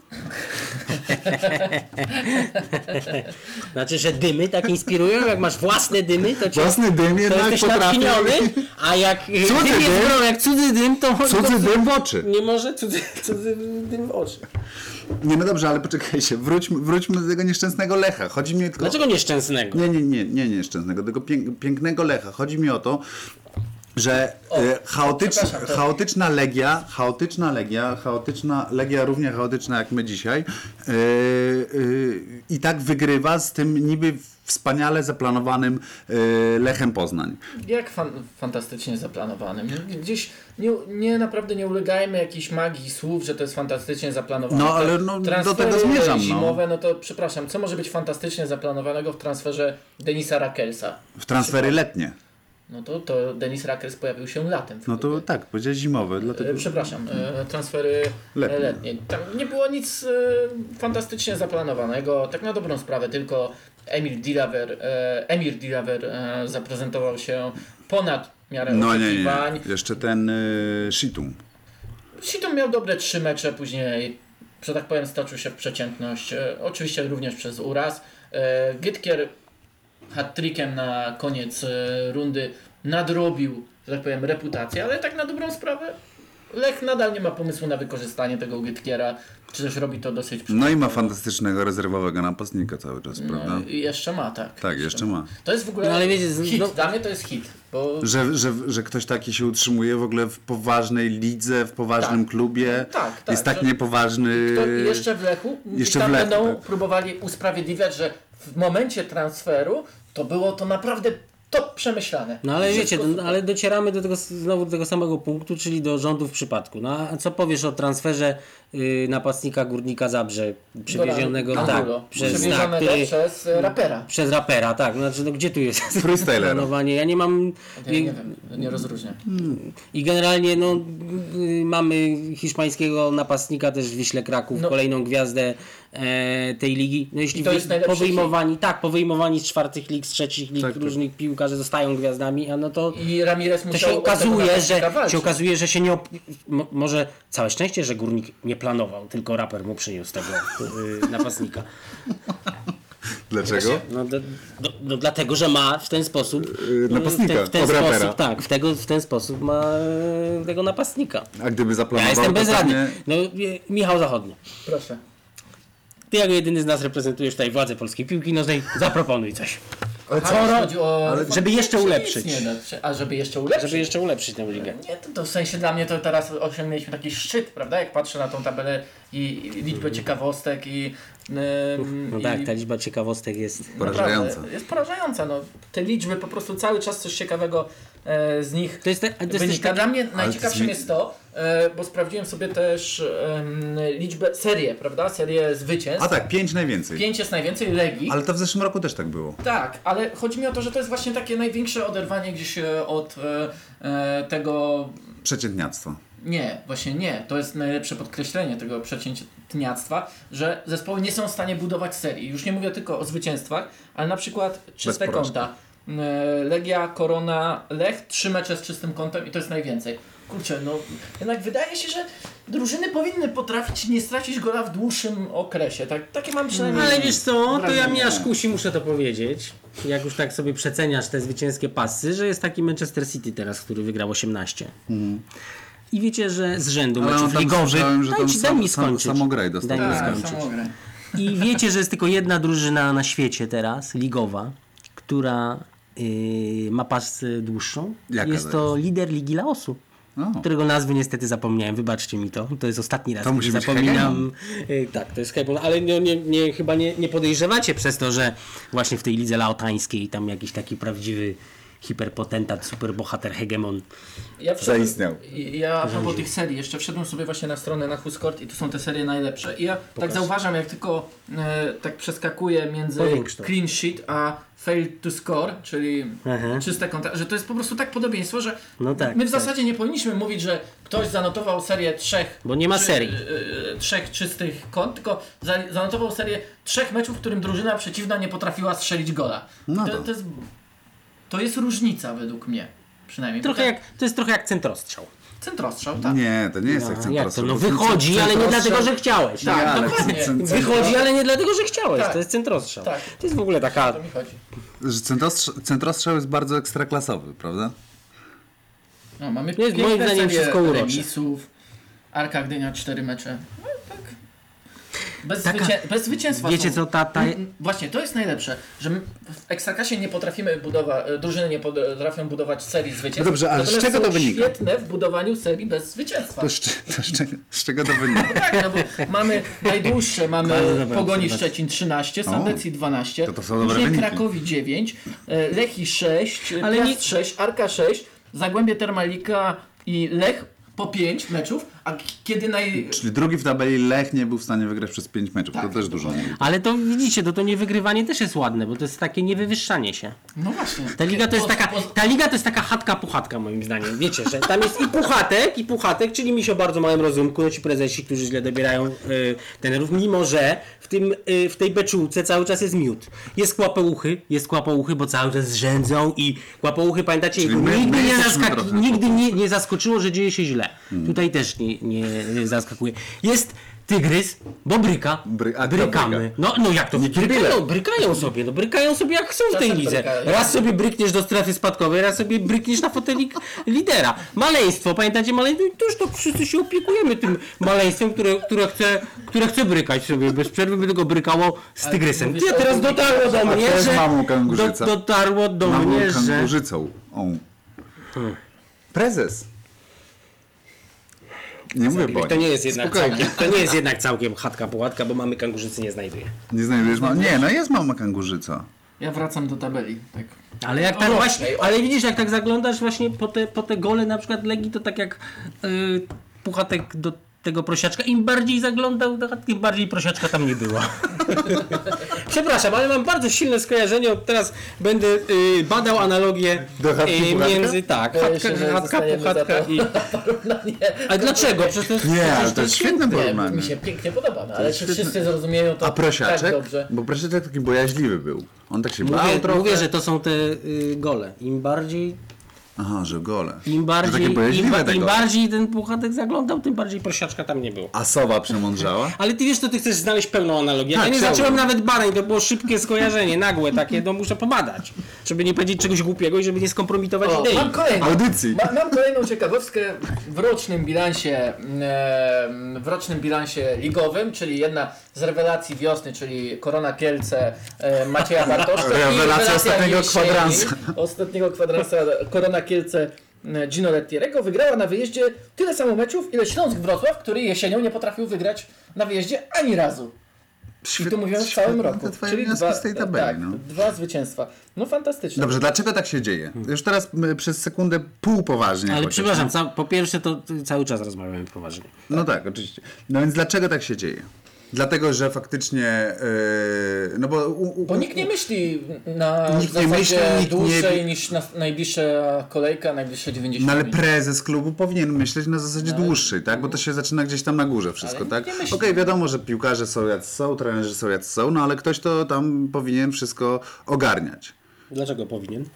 [SPEAKER 2] Znaczy, że dymy tak inspirują, jak masz własne dymy, to cię,
[SPEAKER 1] Własny dym
[SPEAKER 2] to
[SPEAKER 1] jednak
[SPEAKER 2] jesteś
[SPEAKER 1] potrafi...
[SPEAKER 2] natchniony, a jak
[SPEAKER 1] Cudzy
[SPEAKER 2] dym jest
[SPEAKER 1] dym?
[SPEAKER 2] brał, jak cudzy dym, to...
[SPEAKER 1] Cudzy
[SPEAKER 2] to
[SPEAKER 1] dym w oczy.
[SPEAKER 2] Nie może cudzy, cudzy dym w oczy.
[SPEAKER 1] Nie, no dobrze, ale poczekajcie, wróćmy, wróćmy do tego nieszczęsnego Lecha. Chodzi mi tylko...
[SPEAKER 2] Dlaczego nieszczęsnego?
[SPEAKER 1] Nie, nie, nie, nie nieszczęsnego, tego pięk, pięknego Lecha. Chodzi mi o to, że
[SPEAKER 3] O,
[SPEAKER 1] e, chaotycz,
[SPEAKER 3] przepraszam, to-
[SPEAKER 1] chaotyczna Legia, chaotyczna Legia, chaotyczna Legia równie chaotyczna jak my dzisiaj e, e, i tak wygrywa z tym niby wspaniale zaplanowanym e, Lechem Poznań.
[SPEAKER 3] Jak fan, fantastycznie zaplanowanym. Gdzieś nie, nie naprawdę nie ulegajmy jakiejś magii słów, że to jest fantastycznie zaplanowane.
[SPEAKER 1] No, ale
[SPEAKER 3] Te
[SPEAKER 1] no, do
[SPEAKER 3] transfery
[SPEAKER 1] tego zmierzam, no.
[SPEAKER 3] zimowe, no to przepraszam, co może być fantastycznie zaplanowanego w transferze Denisa Rakelsa?
[SPEAKER 1] W transfery letnie.
[SPEAKER 3] No to, to Denis Rakels pojawił się latem. w
[SPEAKER 1] No to
[SPEAKER 3] klubie.
[SPEAKER 1] tak, powiedziałeś zimowe, dlatego...
[SPEAKER 3] E, Przepraszam, e, transfery
[SPEAKER 1] Letnie.
[SPEAKER 3] letnie. letnie. Tam nie było nic e, fantastycznie zaplanowanego, tak na dobrą sprawę, tylko Emil Dilaver, e, Emir Dilaver e, zaprezentował się ponad miarę
[SPEAKER 1] No nie, nie,
[SPEAKER 3] oczekiwań.
[SPEAKER 1] nie. Jeszcze ten y, Shitum.
[SPEAKER 3] Siton miał dobre trzy mecze, później, że tak powiem, stoczył się w przeciętność. E, oczywiście również przez uraz. E, Gytkier hat-trickiem na koniec e, rundy nadrobił, że tak powiem, reputację, ale tak na dobrą sprawę Lech nadal nie ma pomysłu na wykorzystanie tego Gytkiera, czy też robi to dosyć
[SPEAKER 1] No i ma fantastycznego rezerwowego napastnika cały czas, prawda?
[SPEAKER 3] I jeszcze ma, tak.
[SPEAKER 1] Tak, jeszcze ma.
[SPEAKER 3] To jest w ogóle
[SPEAKER 2] No ale wiecie, z-
[SPEAKER 3] hit.
[SPEAKER 2] no-
[SPEAKER 3] Dla mnie to jest hit. Bo
[SPEAKER 1] Że, że, że ktoś taki się utrzymuje w ogóle w poważnej lidze, w poważnym
[SPEAKER 3] Tak.
[SPEAKER 1] klubie.
[SPEAKER 3] Tak, tak,
[SPEAKER 1] Jest tak
[SPEAKER 3] że-
[SPEAKER 1] niepoważny.
[SPEAKER 3] to jeszcze w Lechu
[SPEAKER 1] Jeszcze
[SPEAKER 3] i tam
[SPEAKER 1] w Lechu,
[SPEAKER 3] będą
[SPEAKER 1] tak.
[SPEAKER 3] próbowali usprawiedliwiać, że w momencie transferu to było to naprawdę top przemyślane.
[SPEAKER 2] No ale
[SPEAKER 3] Wszystko
[SPEAKER 2] wiecie, no,
[SPEAKER 3] super.
[SPEAKER 2] ale docieramy do tego, znowu do tego samego punktu, czyli do rządu w przypadku. No a co powiesz o transferze y, napastnika Górnika Zabrze, przywiezionego tak,
[SPEAKER 3] Angulo,
[SPEAKER 2] przez, tak,
[SPEAKER 3] przywiezonego
[SPEAKER 2] który,
[SPEAKER 3] przez e, rapera.
[SPEAKER 2] przez rapera, tak, znaczy no gdzie tu jest
[SPEAKER 1] Freestylera.
[SPEAKER 2] planowanie? Ja nie mam...
[SPEAKER 3] Ja nie wiem, nie rozróżniam.
[SPEAKER 2] I generalnie no, y, mamy hiszpańskiego napastnika też w Wiśle Kraków,
[SPEAKER 3] No.
[SPEAKER 2] kolejną gwiazdę e, tej ligi. No jeśli
[SPEAKER 3] I to jest
[SPEAKER 2] wy-
[SPEAKER 3] najlepszy
[SPEAKER 2] powyjmowani, tak, powyjmowani z czwartych lig, z trzecich lig,
[SPEAKER 1] Tak, tak.
[SPEAKER 2] różnych piłkarzy zostają gwiazdami, a no to
[SPEAKER 3] I Ramirez
[SPEAKER 2] to
[SPEAKER 3] musiał
[SPEAKER 2] się
[SPEAKER 3] o tego
[SPEAKER 2] okazuje,
[SPEAKER 3] napastnika
[SPEAKER 2] że
[SPEAKER 3] walczyć.
[SPEAKER 2] się okazuje, że się nie op- mo- może całe szczęście, że Górnik nie planował, tylko raper mu przyniósł tego y, napastnika.
[SPEAKER 1] Dlaczego?
[SPEAKER 2] No, do, do, no dlatego, że ma w ten sposób
[SPEAKER 1] Yy, napastnika,
[SPEAKER 2] w ten, w ten
[SPEAKER 1] od rapera.
[SPEAKER 2] sposób, tak, w, tego, w ten sposób ma y, tego napastnika.
[SPEAKER 1] A gdyby
[SPEAKER 2] Ja
[SPEAKER 1] zaplanował,
[SPEAKER 2] jestem
[SPEAKER 1] to
[SPEAKER 2] bezradny.
[SPEAKER 1] pewnie...
[SPEAKER 2] No, y, Michał Zachodni.
[SPEAKER 3] Proszę.
[SPEAKER 2] Ty jako jedyny z nas reprezentujesz tutaj władzę polskiej piłki nożnej, zaproponuj coś.
[SPEAKER 3] Ale co chodzi o...
[SPEAKER 2] ale żeby jeszcze
[SPEAKER 3] Nic
[SPEAKER 2] ulepszyć.
[SPEAKER 3] Nie, no, a żeby jeszcze ulepszyć?
[SPEAKER 2] Żeby jeszcze ulepszyć tę ligę.
[SPEAKER 3] Nie, to, to w sensie dla mnie to teraz osiągnęliśmy taki szczyt, prawda? Jak patrzę na tą tabelę i, i liczbę ciekawostek i... ym,
[SPEAKER 2] No
[SPEAKER 3] i
[SPEAKER 2] tak, ta liczba ciekawostek jest...
[SPEAKER 1] Porażająca.
[SPEAKER 3] naprawdę Jest porażająca. No. Te liczby po prostu cały czas coś ciekawego e, z nich
[SPEAKER 2] To jest, te, to jest też
[SPEAKER 3] wynika.
[SPEAKER 2] taki...
[SPEAKER 3] Dla mnie
[SPEAKER 1] to
[SPEAKER 3] najciekawszym
[SPEAKER 1] jest-
[SPEAKER 3] jest to, e, bo sprawdziłem sobie też em, liczbę, serię, prawda? Serię zwycięstw.
[SPEAKER 1] A tak, pięć najwięcej.
[SPEAKER 3] Pięć jest najwięcej, Legii.
[SPEAKER 1] Ale to w zeszłym roku też tak było.
[SPEAKER 3] Tak, ale chodzi mi o to, że to jest właśnie takie największe oderwanie gdzieś e, od e, e, tego...
[SPEAKER 1] Przeciętniactwo.
[SPEAKER 3] Nie, właśnie nie. To jest najlepsze podkreślenie tego przeciętniactwa, że zespoły nie są w stanie budować serii. Już nie mówię tylko o zwycięstwach, ale na przykład czyste
[SPEAKER 1] porażki.
[SPEAKER 3] konta. E, Legia, Korona, Lech, trzy mecze z czystym kątem i to jest najwięcej. Kurczę, no jednak wydaje się, że drużyny powinny potrafić nie stracić gola w dłuższym okresie. Tak, takie mam przynajmniej...
[SPEAKER 2] Ale wiesz co, to ja
[SPEAKER 3] wrażenie.
[SPEAKER 2] mnie aż kusi, muszę to powiedzieć. Jak już tak sobie przeceniasz te zwycięskie pasy, że jest taki Manchester City teraz, który wygrał osiemnaście. I wiecie, że z rzędu
[SPEAKER 1] Ale on
[SPEAKER 2] meczów
[SPEAKER 1] tam
[SPEAKER 2] ligowych...
[SPEAKER 1] słyszałem, że
[SPEAKER 2] Daj,
[SPEAKER 1] tam
[SPEAKER 2] ci- daj
[SPEAKER 1] sam-
[SPEAKER 2] mi
[SPEAKER 1] sam-
[SPEAKER 2] skończyć.
[SPEAKER 1] samograj dostał.
[SPEAKER 2] Daj mi
[SPEAKER 3] Tak,
[SPEAKER 2] skończyć.
[SPEAKER 3] samograj.
[SPEAKER 2] I wiecie, że jest tylko jedna drużyna na świecie teraz, ligowa, która yy, ma pas dłuższą.
[SPEAKER 1] Jaka
[SPEAKER 2] jest
[SPEAKER 1] to
[SPEAKER 2] to lider Ligi Laosu.
[SPEAKER 1] O.
[SPEAKER 2] Którego nazwy niestety zapomniałem, wybaczcie mi to. To jest ostatni raz,
[SPEAKER 1] To musi
[SPEAKER 2] kiedy
[SPEAKER 1] być
[SPEAKER 2] zapominam. Yy, tak, to jest Hegemon, ale nie, nie, nie, chyba nie, nie podejrzewacie przez to, że właśnie w tej lidze laotańskiej tam jakiś taki prawdziwy hiperpotentat, superbohater Hegemon.
[SPEAKER 3] Ja wszedłem-
[SPEAKER 1] Zaistniał.
[SPEAKER 3] i- Ja a propos tych serii, jeszcze wszedłem sobie właśnie na stronę na Huskort i tu są te serie najlepsze. I ja tak zauważam, jak tylko e, tak przeskakuję między
[SPEAKER 2] Powiększ to.
[SPEAKER 3] clean sheet a fail to score, czyli
[SPEAKER 2] Aha.
[SPEAKER 3] czyste konta, że to jest po prostu tak podobieństwo, że
[SPEAKER 2] No tak,
[SPEAKER 3] my w
[SPEAKER 2] tak.
[SPEAKER 3] zasadzie nie powinniśmy mówić, że ktoś zanotował serię trzech
[SPEAKER 2] Bo nie ma
[SPEAKER 3] trzy-
[SPEAKER 2] serii.
[SPEAKER 3] e, e, trzech czystych kont, tylko za, zanotował serię trzech meczów, w którym drużyna przeciwna nie potrafiła strzelić gola.
[SPEAKER 1] No
[SPEAKER 3] to,
[SPEAKER 1] to.
[SPEAKER 3] to, jest, to jest różnica według mnie. Przynajmniej.
[SPEAKER 2] Trochę
[SPEAKER 3] Bo
[SPEAKER 2] jak, to jest trochę jak centrostrzał.
[SPEAKER 3] Centrostrzał, tak.
[SPEAKER 1] Nie, to nie jest jak
[SPEAKER 2] No, jak to?
[SPEAKER 1] centrostrzał.
[SPEAKER 2] No
[SPEAKER 1] bo
[SPEAKER 2] wychodzi, ale nie
[SPEAKER 1] centrostrzał-
[SPEAKER 2] dlatego, że chciałeś.
[SPEAKER 3] Tak,
[SPEAKER 1] Nie, ale
[SPEAKER 3] dokładnie.
[SPEAKER 1] cen- cen-
[SPEAKER 2] Wychodzi, ale nie dlatego, że chciałeś.
[SPEAKER 3] Tak.
[SPEAKER 2] To jest centrostrzał.
[SPEAKER 3] Tak.
[SPEAKER 2] To jest w ogóle taka...
[SPEAKER 3] To mi chodzi.
[SPEAKER 1] że centrostrzał, centrostrzał jest bardzo ekstraklasowy, prawda?
[SPEAKER 3] No, mamy
[SPEAKER 2] Jest moim
[SPEAKER 3] piękne
[SPEAKER 2] zdaniem
[SPEAKER 3] serię
[SPEAKER 2] wszystko urocze.
[SPEAKER 3] remisów. Arka Gdynia cztery mecze. No, tak. Bez,
[SPEAKER 2] Taka-
[SPEAKER 3] zwycię... Bez zwycięstwa.
[SPEAKER 2] Wiecie
[SPEAKER 3] są-
[SPEAKER 2] co, ta- ta-
[SPEAKER 3] Mm, mm, Właśnie, to jest najlepsze, że my w Ekstraklasie nie potrafimy budować, drużyny nie potrafią budować serii zwycięstw.
[SPEAKER 1] No dobrze, ale z
[SPEAKER 3] natomiast
[SPEAKER 1] czego
[SPEAKER 3] są
[SPEAKER 1] to wynika?
[SPEAKER 3] świetne w budowaniu serii bez zwycięstwa.
[SPEAKER 1] To, z, to z, czego, z czego to wynika?
[SPEAKER 3] Tak, no bo mamy najdłuższe, mamy
[SPEAKER 2] Bardzo dobre
[SPEAKER 3] Pogoni
[SPEAKER 2] obserwacje.
[SPEAKER 3] Szczecin trzynaście, Sandecji dwanaście,
[SPEAKER 1] to to są dobre
[SPEAKER 3] później
[SPEAKER 1] wyniki.
[SPEAKER 3] Krakowi dziewięć, e, Lechi sześć,
[SPEAKER 2] Ale
[SPEAKER 3] Ale
[SPEAKER 2] nie-
[SPEAKER 3] sześć, Arka sześć, Zagłębie Termalika i Lech po pięć meczów, a k- kiedy naj...
[SPEAKER 1] Czyli drugi w tabeli Lech nie był w stanie wygrać przez pięć meczów.
[SPEAKER 3] Tak,
[SPEAKER 1] to też dużo mówi.
[SPEAKER 2] Ale to widzicie, to, to niewygrywanie też jest ładne, bo to jest takie niewywyższanie się.
[SPEAKER 3] No właśnie.
[SPEAKER 2] Ta liga to jest
[SPEAKER 3] Po-
[SPEAKER 2] taka,
[SPEAKER 3] po-
[SPEAKER 2] ta liga to jest taka chatka puchatka moim zdaniem. Wiecie, że tam jest i puchatek, i puchatek, czyli mi się o bardzo małym rozumku, no ci prezesi, którzy źle dobierają y, tenerów, mimo że w, tym, y, w tej beczułce cały czas jest miód. Jest kłapouchy, jest kłapouchy, bo cały czas rzędzą i kłapouchy, pamiętacie,
[SPEAKER 1] Czyli
[SPEAKER 2] jego
[SPEAKER 1] my-
[SPEAKER 2] nigdy,
[SPEAKER 1] my
[SPEAKER 2] nie,
[SPEAKER 1] jesteśmy
[SPEAKER 2] zaskaki-
[SPEAKER 1] trochę
[SPEAKER 2] nigdy nie, nie zaskoczyło, że dzieje się źle. Tutaj też nie, nie zaskakuje. Jest tygrys, bo bryka,
[SPEAKER 1] Bry- a kto
[SPEAKER 2] brykamy.
[SPEAKER 1] bryka?
[SPEAKER 2] No, no jak to? Brykają, brykają sobie, no brykają sobie jak chcą w tej
[SPEAKER 3] Czasem
[SPEAKER 2] lidze.
[SPEAKER 3] brykają.
[SPEAKER 2] Raz sobie brykniesz do strefy spadkowej, raz sobie brykniesz na fotelik lidera. Maleństwo, pamiętacie maleństwo? I też to wszyscy się opiekujemy tym maleństwem, które, które, chce, które chce brykać sobie. Bez przerwy by tylko brykało z tygrysem.
[SPEAKER 3] mówisz
[SPEAKER 2] Ty,
[SPEAKER 3] o
[SPEAKER 2] teraz
[SPEAKER 3] tym-
[SPEAKER 2] dotarło do mnie,
[SPEAKER 1] to jest
[SPEAKER 2] że...
[SPEAKER 1] mamą
[SPEAKER 2] Do,
[SPEAKER 1] kangurzyca.
[SPEAKER 2] dotarło do
[SPEAKER 1] Mamą
[SPEAKER 2] mnie, że...
[SPEAKER 1] kangurzycą. O. Prezes. Nie mówię bo.
[SPEAKER 2] To nie jest jednak
[SPEAKER 1] Spokojnie.
[SPEAKER 2] całkiem, to nie jest jednak całkiem chatka pułatka, bo mamy kangurzycy nie znajduje.
[SPEAKER 1] Nie znajdujesz mama? Nie, no jest mama kangurzyca.
[SPEAKER 3] Ja wracam do tabeli. Tak.
[SPEAKER 2] Ale jak tak
[SPEAKER 3] O,
[SPEAKER 2] właśnie,
[SPEAKER 3] okej, o.
[SPEAKER 2] ale widzisz, jak tak zaglądasz właśnie po te, po te gole na przykład Legii, to tak jak yy, puchatek do tego prosiaczka, im bardziej zaglądał, tym bardziej prosiaczka tam nie była. Przepraszam, ale mam bardzo silne skojarzenie, od teraz będę yy, badał analogię
[SPEAKER 1] Do chatki
[SPEAKER 2] yy,
[SPEAKER 1] puchatka?
[SPEAKER 2] między, tak,
[SPEAKER 3] Boję
[SPEAKER 2] chatka,
[SPEAKER 3] się, że
[SPEAKER 2] chatka,
[SPEAKER 3] zostaniemy
[SPEAKER 2] puchatka
[SPEAKER 3] za to
[SPEAKER 2] i... A dlaczego? Przecież to jest,
[SPEAKER 1] Nie, ale
[SPEAKER 2] przecież
[SPEAKER 1] to jest świetne
[SPEAKER 3] Nie,
[SPEAKER 1] porównanie.
[SPEAKER 3] mi się pięknie podoba, no, ale
[SPEAKER 1] jest
[SPEAKER 3] czy
[SPEAKER 1] świetne.
[SPEAKER 3] wszyscy zrozumieją to
[SPEAKER 1] A prosiaczek?
[SPEAKER 3] tak dobrze?
[SPEAKER 1] Bo prosiaczek taki bojaźliwy był. On tak się bał
[SPEAKER 2] Mówię,
[SPEAKER 1] trochę.
[SPEAKER 2] mówię, że to są te y, gole. Im bardziej
[SPEAKER 1] Aha, że gole.
[SPEAKER 2] Im
[SPEAKER 1] To
[SPEAKER 2] bardziej,
[SPEAKER 1] takie
[SPEAKER 2] im,
[SPEAKER 1] bojaźliwe
[SPEAKER 2] ba- im
[SPEAKER 1] tego.
[SPEAKER 2] bardziej ten puchatek zaglądał, tym bardziej prosiaczka tam nie było.
[SPEAKER 1] A sowa przemądrzała?
[SPEAKER 2] Ale ty wiesz, to ty chcesz znaleźć pełną analogię.
[SPEAKER 1] Tak,
[SPEAKER 2] Ja nie
[SPEAKER 1] chciałbym.
[SPEAKER 2] zacząłem nawet badań, to było szybkie skojarzenie, nagłe takie, no muszę pobadać. Żeby nie powiedzieć czegoś głupiego i żeby nie skompromitować
[SPEAKER 3] O,
[SPEAKER 2] idei.
[SPEAKER 3] mam kolejną.
[SPEAKER 1] Audycji.
[SPEAKER 3] Ma, mam kolejną ciekawostkę w rocznym bilansie e, w rocznym bilansie ligowym, czyli jedna z rewelacji wiosny, czyli Korona Kielce e, Macieja Bartoszka. i
[SPEAKER 1] Rewelacja ostatniego
[SPEAKER 3] jesieni,
[SPEAKER 1] kwadransa.
[SPEAKER 3] Ostatniego kwadransa Korona Kielce e, Gino Lettieriego wygrała na wyjeździe tyle samo meczów, ile Śląsk Wrocław, który jesienią nie potrafił wygrać na wyjeździe ani razu. I tu mówimy w całym roku.
[SPEAKER 1] Te twoje wnioski z tej tabeli,
[SPEAKER 3] tak,
[SPEAKER 1] no.
[SPEAKER 3] dwa zwycięstwa. No fantastycznie.
[SPEAKER 1] Dobrze, dlaczego tak się dzieje? Już teraz m, przez sekundę pół poważnie.
[SPEAKER 2] Ale
[SPEAKER 1] chociaż,
[SPEAKER 2] przepraszam,
[SPEAKER 1] nie?
[SPEAKER 2] ca- po pierwsze to y, cały czas rozmawiamy poważnie.
[SPEAKER 1] No tak, oczywiście. No więc dlaczego tak się dzieje? Dlatego, że faktycznie, yy, no bo... U, u,
[SPEAKER 3] Bo nikt nie myśli na
[SPEAKER 1] Nikt nie
[SPEAKER 3] zasadzie
[SPEAKER 1] myśli, nikt nie
[SPEAKER 3] dłuższej
[SPEAKER 1] wie-
[SPEAKER 3] niż na, najbliższa kolejka, najbliższe dziewięćdziesiąt
[SPEAKER 1] No ale
[SPEAKER 3] minut.
[SPEAKER 1] prezes klubu powinien myśleć na zasadzie dłuższej, tak? Bo to się zaczyna gdzieś tam na górze wszystko,
[SPEAKER 3] Ale
[SPEAKER 1] tak?
[SPEAKER 3] nikt nie
[SPEAKER 1] Okej,
[SPEAKER 3] myśli.
[SPEAKER 1] wiadomo, że piłkarze są jacy są, trenerzy są jacy są, no ale ktoś to tam powinien wszystko ogarniać.
[SPEAKER 2] Dlaczego powinien?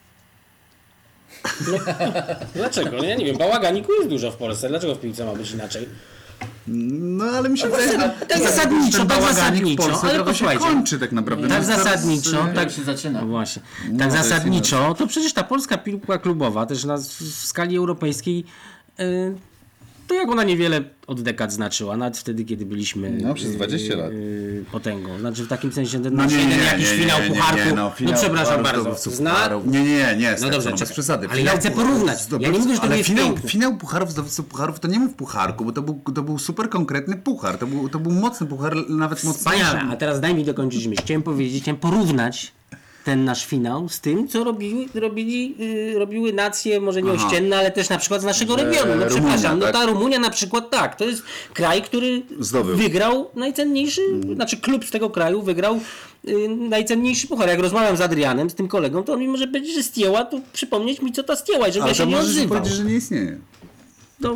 [SPEAKER 2] No, dlaczego? Ja nie wiem, bałaganiku jest dużo w Polsce, dlaczego w piłce ma być inaczej?
[SPEAKER 1] No ale mi się wydaje, że
[SPEAKER 2] tak zasadniczo,
[SPEAKER 1] ten
[SPEAKER 2] tak
[SPEAKER 1] bałaganik
[SPEAKER 2] zasadniczo,
[SPEAKER 1] w Polsce
[SPEAKER 2] ale
[SPEAKER 1] trochę się
[SPEAKER 2] posłuchajcie.
[SPEAKER 1] kończy tak naprawdę.
[SPEAKER 2] Tak
[SPEAKER 1] No, zaraz,
[SPEAKER 2] zasadniczo,
[SPEAKER 1] yy,
[SPEAKER 2] tak
[SPEAKER 3] się zaczyna.
[SPEAKER 2] No właśnie.
[SPEAKER 1] No,
[SPEAKER 2] Tak
[SPEAKER 1] to jest
[SPEAKER 2] zasadniczo, to przecież ta polska piłka klubowa też na, w skali europejskiej, yy, to jak ona niewiele od dekad znaczyła, nawet wtedy, kiedy byliśmy
[SPEAKER 1] No, przez dwadzieścia lat.
[SPEAKER 2] yy, potęgą. Znaczy w takim sensie ten
[SPEAKER 1] No
[SPEAKER 2] nasz
[SPEAKER 1] nie,
[SPEAKER 2] jeden
[SPEAKER 1] nie,
[SPEAKER 2] jakiś
[SPEAKER 1] nie,
[SPEAKER 2] finał
[SPEAKER 1] nie, nie,
[SPEAKER 2] pucharku.
[SPEAKER 1] nie,
[SPEAKER 2] No,
[SPEAKER 1] finał
[SPEAKER 2] przepraszam
[SPEAKER 1] pucharów,
[SPEAKER 2] bardzo.
[SPEAKER 1] zdobywców
[SPEAKER 2] Zna...
[SPEAKER 1] pucharów. Nie, nie, nie, nie,
[SPEAKER 2] No dobrze,
[SPEAKER 1] no bez
[SPEAKER 2] czekaj.
[SPEAKER 1] przesady.
[SPEAKER 2] Ale ja chcę porównać. Ja nie mówię, że to
[SPEAKER 1] ale
[SPEAKER 2] nie jest
[SPEAKER 1] finał,
[SPEAKER 2] piękne.
[SPEAKER 1] finał pucharów, zdobywców pucharów to nie mów pucharku, bo to był, to był super konkretny puchar. To był, to był mocny puchar, nawet mocniejszy.
[SPEAKER 2] Wspaniale, a teraz daj mi dokończyć myśl. Chciałem powiedzieć, chciałem porównać ten nasz finał z tym, co robiły, robili, yy, robiły nacje, może nie
[SPEAKER 1] Aha.
[SPEAKER 2] ościenne, ale też na przykład z naszego
[SPEAKER 1] Że
[SPEAKER 2] regionu. No
[SPEAKER 1] Rumunia,
[SPEAKER 2] przepraszam, no
[SPEAKER 1] tak?
[SPEAKER 2] ta Rumunia na przykład tak, to jest kraj, który
[SPEAKER 1] Zdobył.
[SPEAKER 2] wygrał najcenniejszy, znaczy klub z tego kraju wygrał yy, najcenniejszy puchar. Jak rozmawiam z Adrianem, z tym kolegą, to on mi może powiedzieć, że Stieła, to przypomnieć mi co ta Stieła, i żebym
[SPEAKER 1] Ale
[SPEAKER 2] ja się
[SPEAKER 1] to
[SPEAKER 2] nie
[SPEAKER 1] możesz
[SPEAKER 2] odzywał.
[SPEAKER 1] powiedzieć, że nie istnieje.
[SPEAKER 2] No,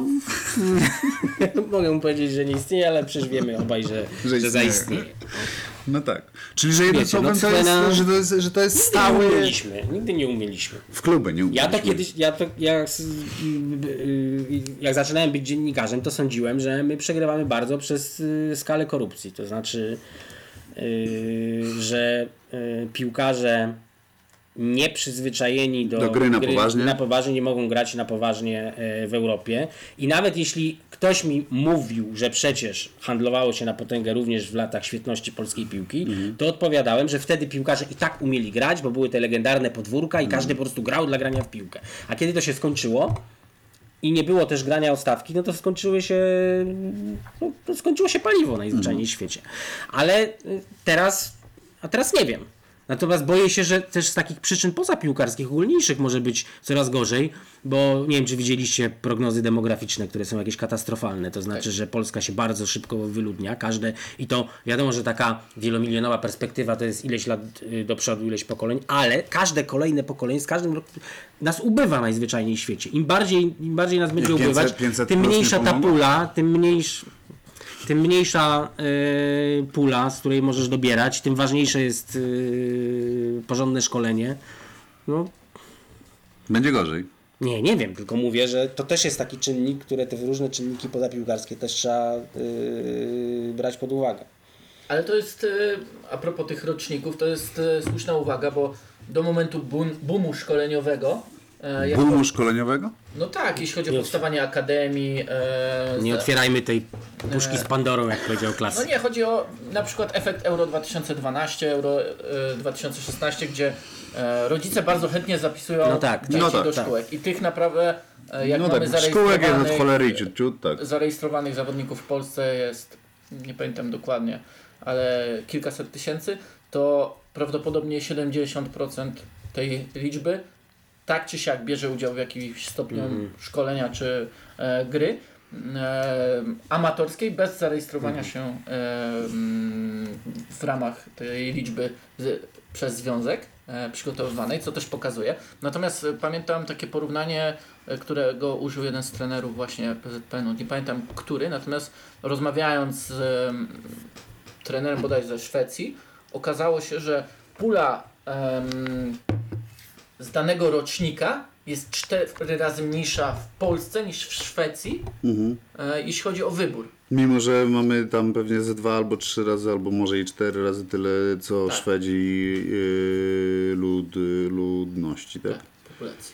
[SPEAKER 2] mogę mu powiedzieć, że nie istnieje, ale przecież wiemy obaj, że,
[SPEAKER 1] Że
[SPEAKER 2] że,
[SPEAKER 1] istnieje.
[SPEAKER 2] zaistnieje.
[SPEAKER 1] No tak. Czyli, że jednym
[SPEAKER 2] Wiecie,
[SPEAKER 1] słowem
[SPEAKER 2] no
[SPEAKER 1] to jest,
[SPEAKER 2] Cwena-
[SPEAKER 1] że to jest, że to jest
[SPEAKER 2] Nigdy
[SPEAKER 1] stały...
[SPEAKER 2] nie umieliśmy, nigdy nie umieliśmy.
[SPEAKER 1] W kluby nie
[SPEAKER 2] Ja
[SPEAKER 1] umieliśmy.
[SPEAKER 2] to kiedyś, ja to, jak, jak zaczynałem być dziennikarzem, to sądziłem, że my przegrywamy bardzo przez y, skalę korupcji. To znaczy, y, że y, piłkarze nieprzyzwyczajeni do,
[SPEAKER 1] Do gry na poważnie.
[SPEAKER 2] na poważnie nie mogą grać na poważnie y, w Europie. I nawet jeśli ktoś mi mówił, że przecież handlowało się na potęgę również w latach świetności polskiej piłki,
[SPEAKER 1] Mhm.
[SPEAKER 2] to odpowiadałem, że wtedy piłkarze i tak umieli grać, bo były te legendarne podwórka i każdy po prostu grał dla grania w piłkę. A kiedy to się skończyło i nie było też grania o stawki, no to skończyły się, no, to skończyło się paliwo najzwyczajniej w świecie. Ale y, teraz, a teraz nie wiem. Natomiast boję się, że też z takich przyczyn pozapiłkarskich, ogólniejszych może być coraz gorzej, bo nie wiem, czy widzieliście prognozy demograficzne, które są jakieś katastrofalne. To znaczy, że Polska się bardzo szybko wyludnia. Każde, i to wiadomo, że taka wielomilionowa perspektywa to jest ileś lat y, do przodu, ileś pokoleń, ale każde kolejne pokolenie z każdym rokiem nas ubywa najzwyczajniej w świecie. Im bardziej, im bardziej nas będzie
[SPEAKER 1] pięćset
[SPEAKER 2] ubywać,
[SPEAKER 1] pięćset
[SPEAKER 2] tym
[SPEAKER 1] plus nie
[SPEAKER 2] mniejsza ta
[SPEAKER 1] pomogło?
[SPEAKER 2] pula, tym mniejsza tym mniejsza y, pula, z której możesz dobierać, tym ważniejsze jest y, porządne szkolenie. No,
[SPEAKER 1] Będzie gorzej.
[SPEAKER 2] nie, nie wiem, tylko mówię, że to też jest taki czynnik, które te różne czynniki pozapiłkarskie też trzeba y, brać pod uwagę.
[SPEAKER 3] Ale to jest, y, a propos tych roczników, to jest y, słuszna uwaga, bo do momentu boom, boomu szkoleniowego e, jak
[SPEAKER 1] Boomu
[SPEAKER 3] to-
[SPEAKER 1] szkoleniowego?
[SPEAKER 3] No tak, jeśli chodzi o
[SPEAKER 2] Nie.
[SPEAKER 3] powstawanie akademii. E,
[SPEAKER 2] Nie
[SPEAKER 3] za-
[SPEAKER 2] otwierajmy tej puszki z Pandorą, jak powiedział
[SPEAKER 3] No
[SPEAKER 2] klasyk.
[SPEAKER 3] nie, chodzi o na przykład efekt Euro dwa tysiące dwanaście, Euro e, dwa tysiące szesnaście, gdzie e, rodzice bardzo chętnie zapisują
[SPEAKER 2] No tak,
[SPEAKER 3] dzieci
[SPEAKER 1] no tak,
[SPEAKER 3] do
[SPEAKER 2] tak.
[SPEAKER 3] szkółek. I tych naprawdę, e, jak
[SPEAKER 1] No
[SPEAKER 3] mamy
[SPEAKER 1] tak, szkółek jest od
[SPEAKER 3] zarejestrowanych,
[SPEAKER 1] cholery i ciut, ciut, tak.
[SPEAKER 3] zarejestrowanych zawodników w Polsce jest, nie pamiętam dokładnie, ale kilkaset tysięcy, to prawdopodobnie siedemdziesiąt procent tej liczby tak czy siak bierze udział w jakimś stopniu szkolenia czy e, gry e, amatorskiej bez zarejestrowania się e, mm, w ramach tej liczby z, przez związek e, przygotowywanej, co też pokazuje. Natomiast e, pamiętam takie porównanie, e, którego użył jeden z trenerów właśnie P Z P N u, nie pamiętam który, natomiast rozmawiając z e, trenerem bodaj ze Szwecji, okazało się, że pula em, z danego rocznika jest cztery razy mniejsza w Polsce niż w Szwecji,
[SPEAKER 1] Mhm.
[SPEAKER 3] e, jeśli chodzi o wybór.
[SPEAKER 1] Mimo, że mamy tam pewnie ze dwa albo trzy razy, albo może i cztery razy tyle, co
[SPEAKER 3] Tak.
[SPEAKER 1] Szwedzi yy, lud, ludności, tak?
[SPEAKER 3] Tak, populacji.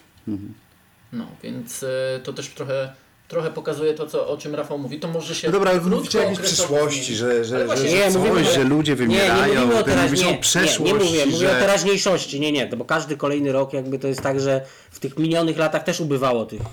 [SPEAKER 3] No, więc e, to też trochę, trochę pokazuje to, co, o czym Rafał mówi. To może się
[SPEAKER 1] No dobra, ale wy
[SPEAKER 3] krótko
[SPEAKER 1] mówicie o jakiejś
[SPEAKER 3] okresowo
[SPEAKER 1] przyszłości,
[SPEAKER 3] zmienić.
[SPEAKER 1] że, że,
[SPEAKER 3] Ale
[SPEAKER 1] że,
[SPEAKER 3] właśnie
[SPEAKER 1] że
[SPEAKER 2] nie,
[SPEAKER 1] coś,
[SPEAKER 2] mówimy-
[SPEAKER 1] że ludzie
[SPEAKER 2] Nie, nie
[SPEAKER 1] wymierają,
[SPEAKER 2] mówimy o,
[SPEAKER 1] ty
[SPEAKER 2] teraz,
[SPEAKER 1] mówisz
[SPEAKER 2] nie,
[SPEAKER 1] o
[SPEAKER 2] nie,
[SPEAKER 1] przeszłości,
[SPEAKER 2] nie mówię, mówię
[SPEAKER 1] że...
[SPEAKER 2] o teraźniejszości, nie, nie, to bo każdy kolejny rok jakby to jest tak, że w tych minionych latach też ubywało tych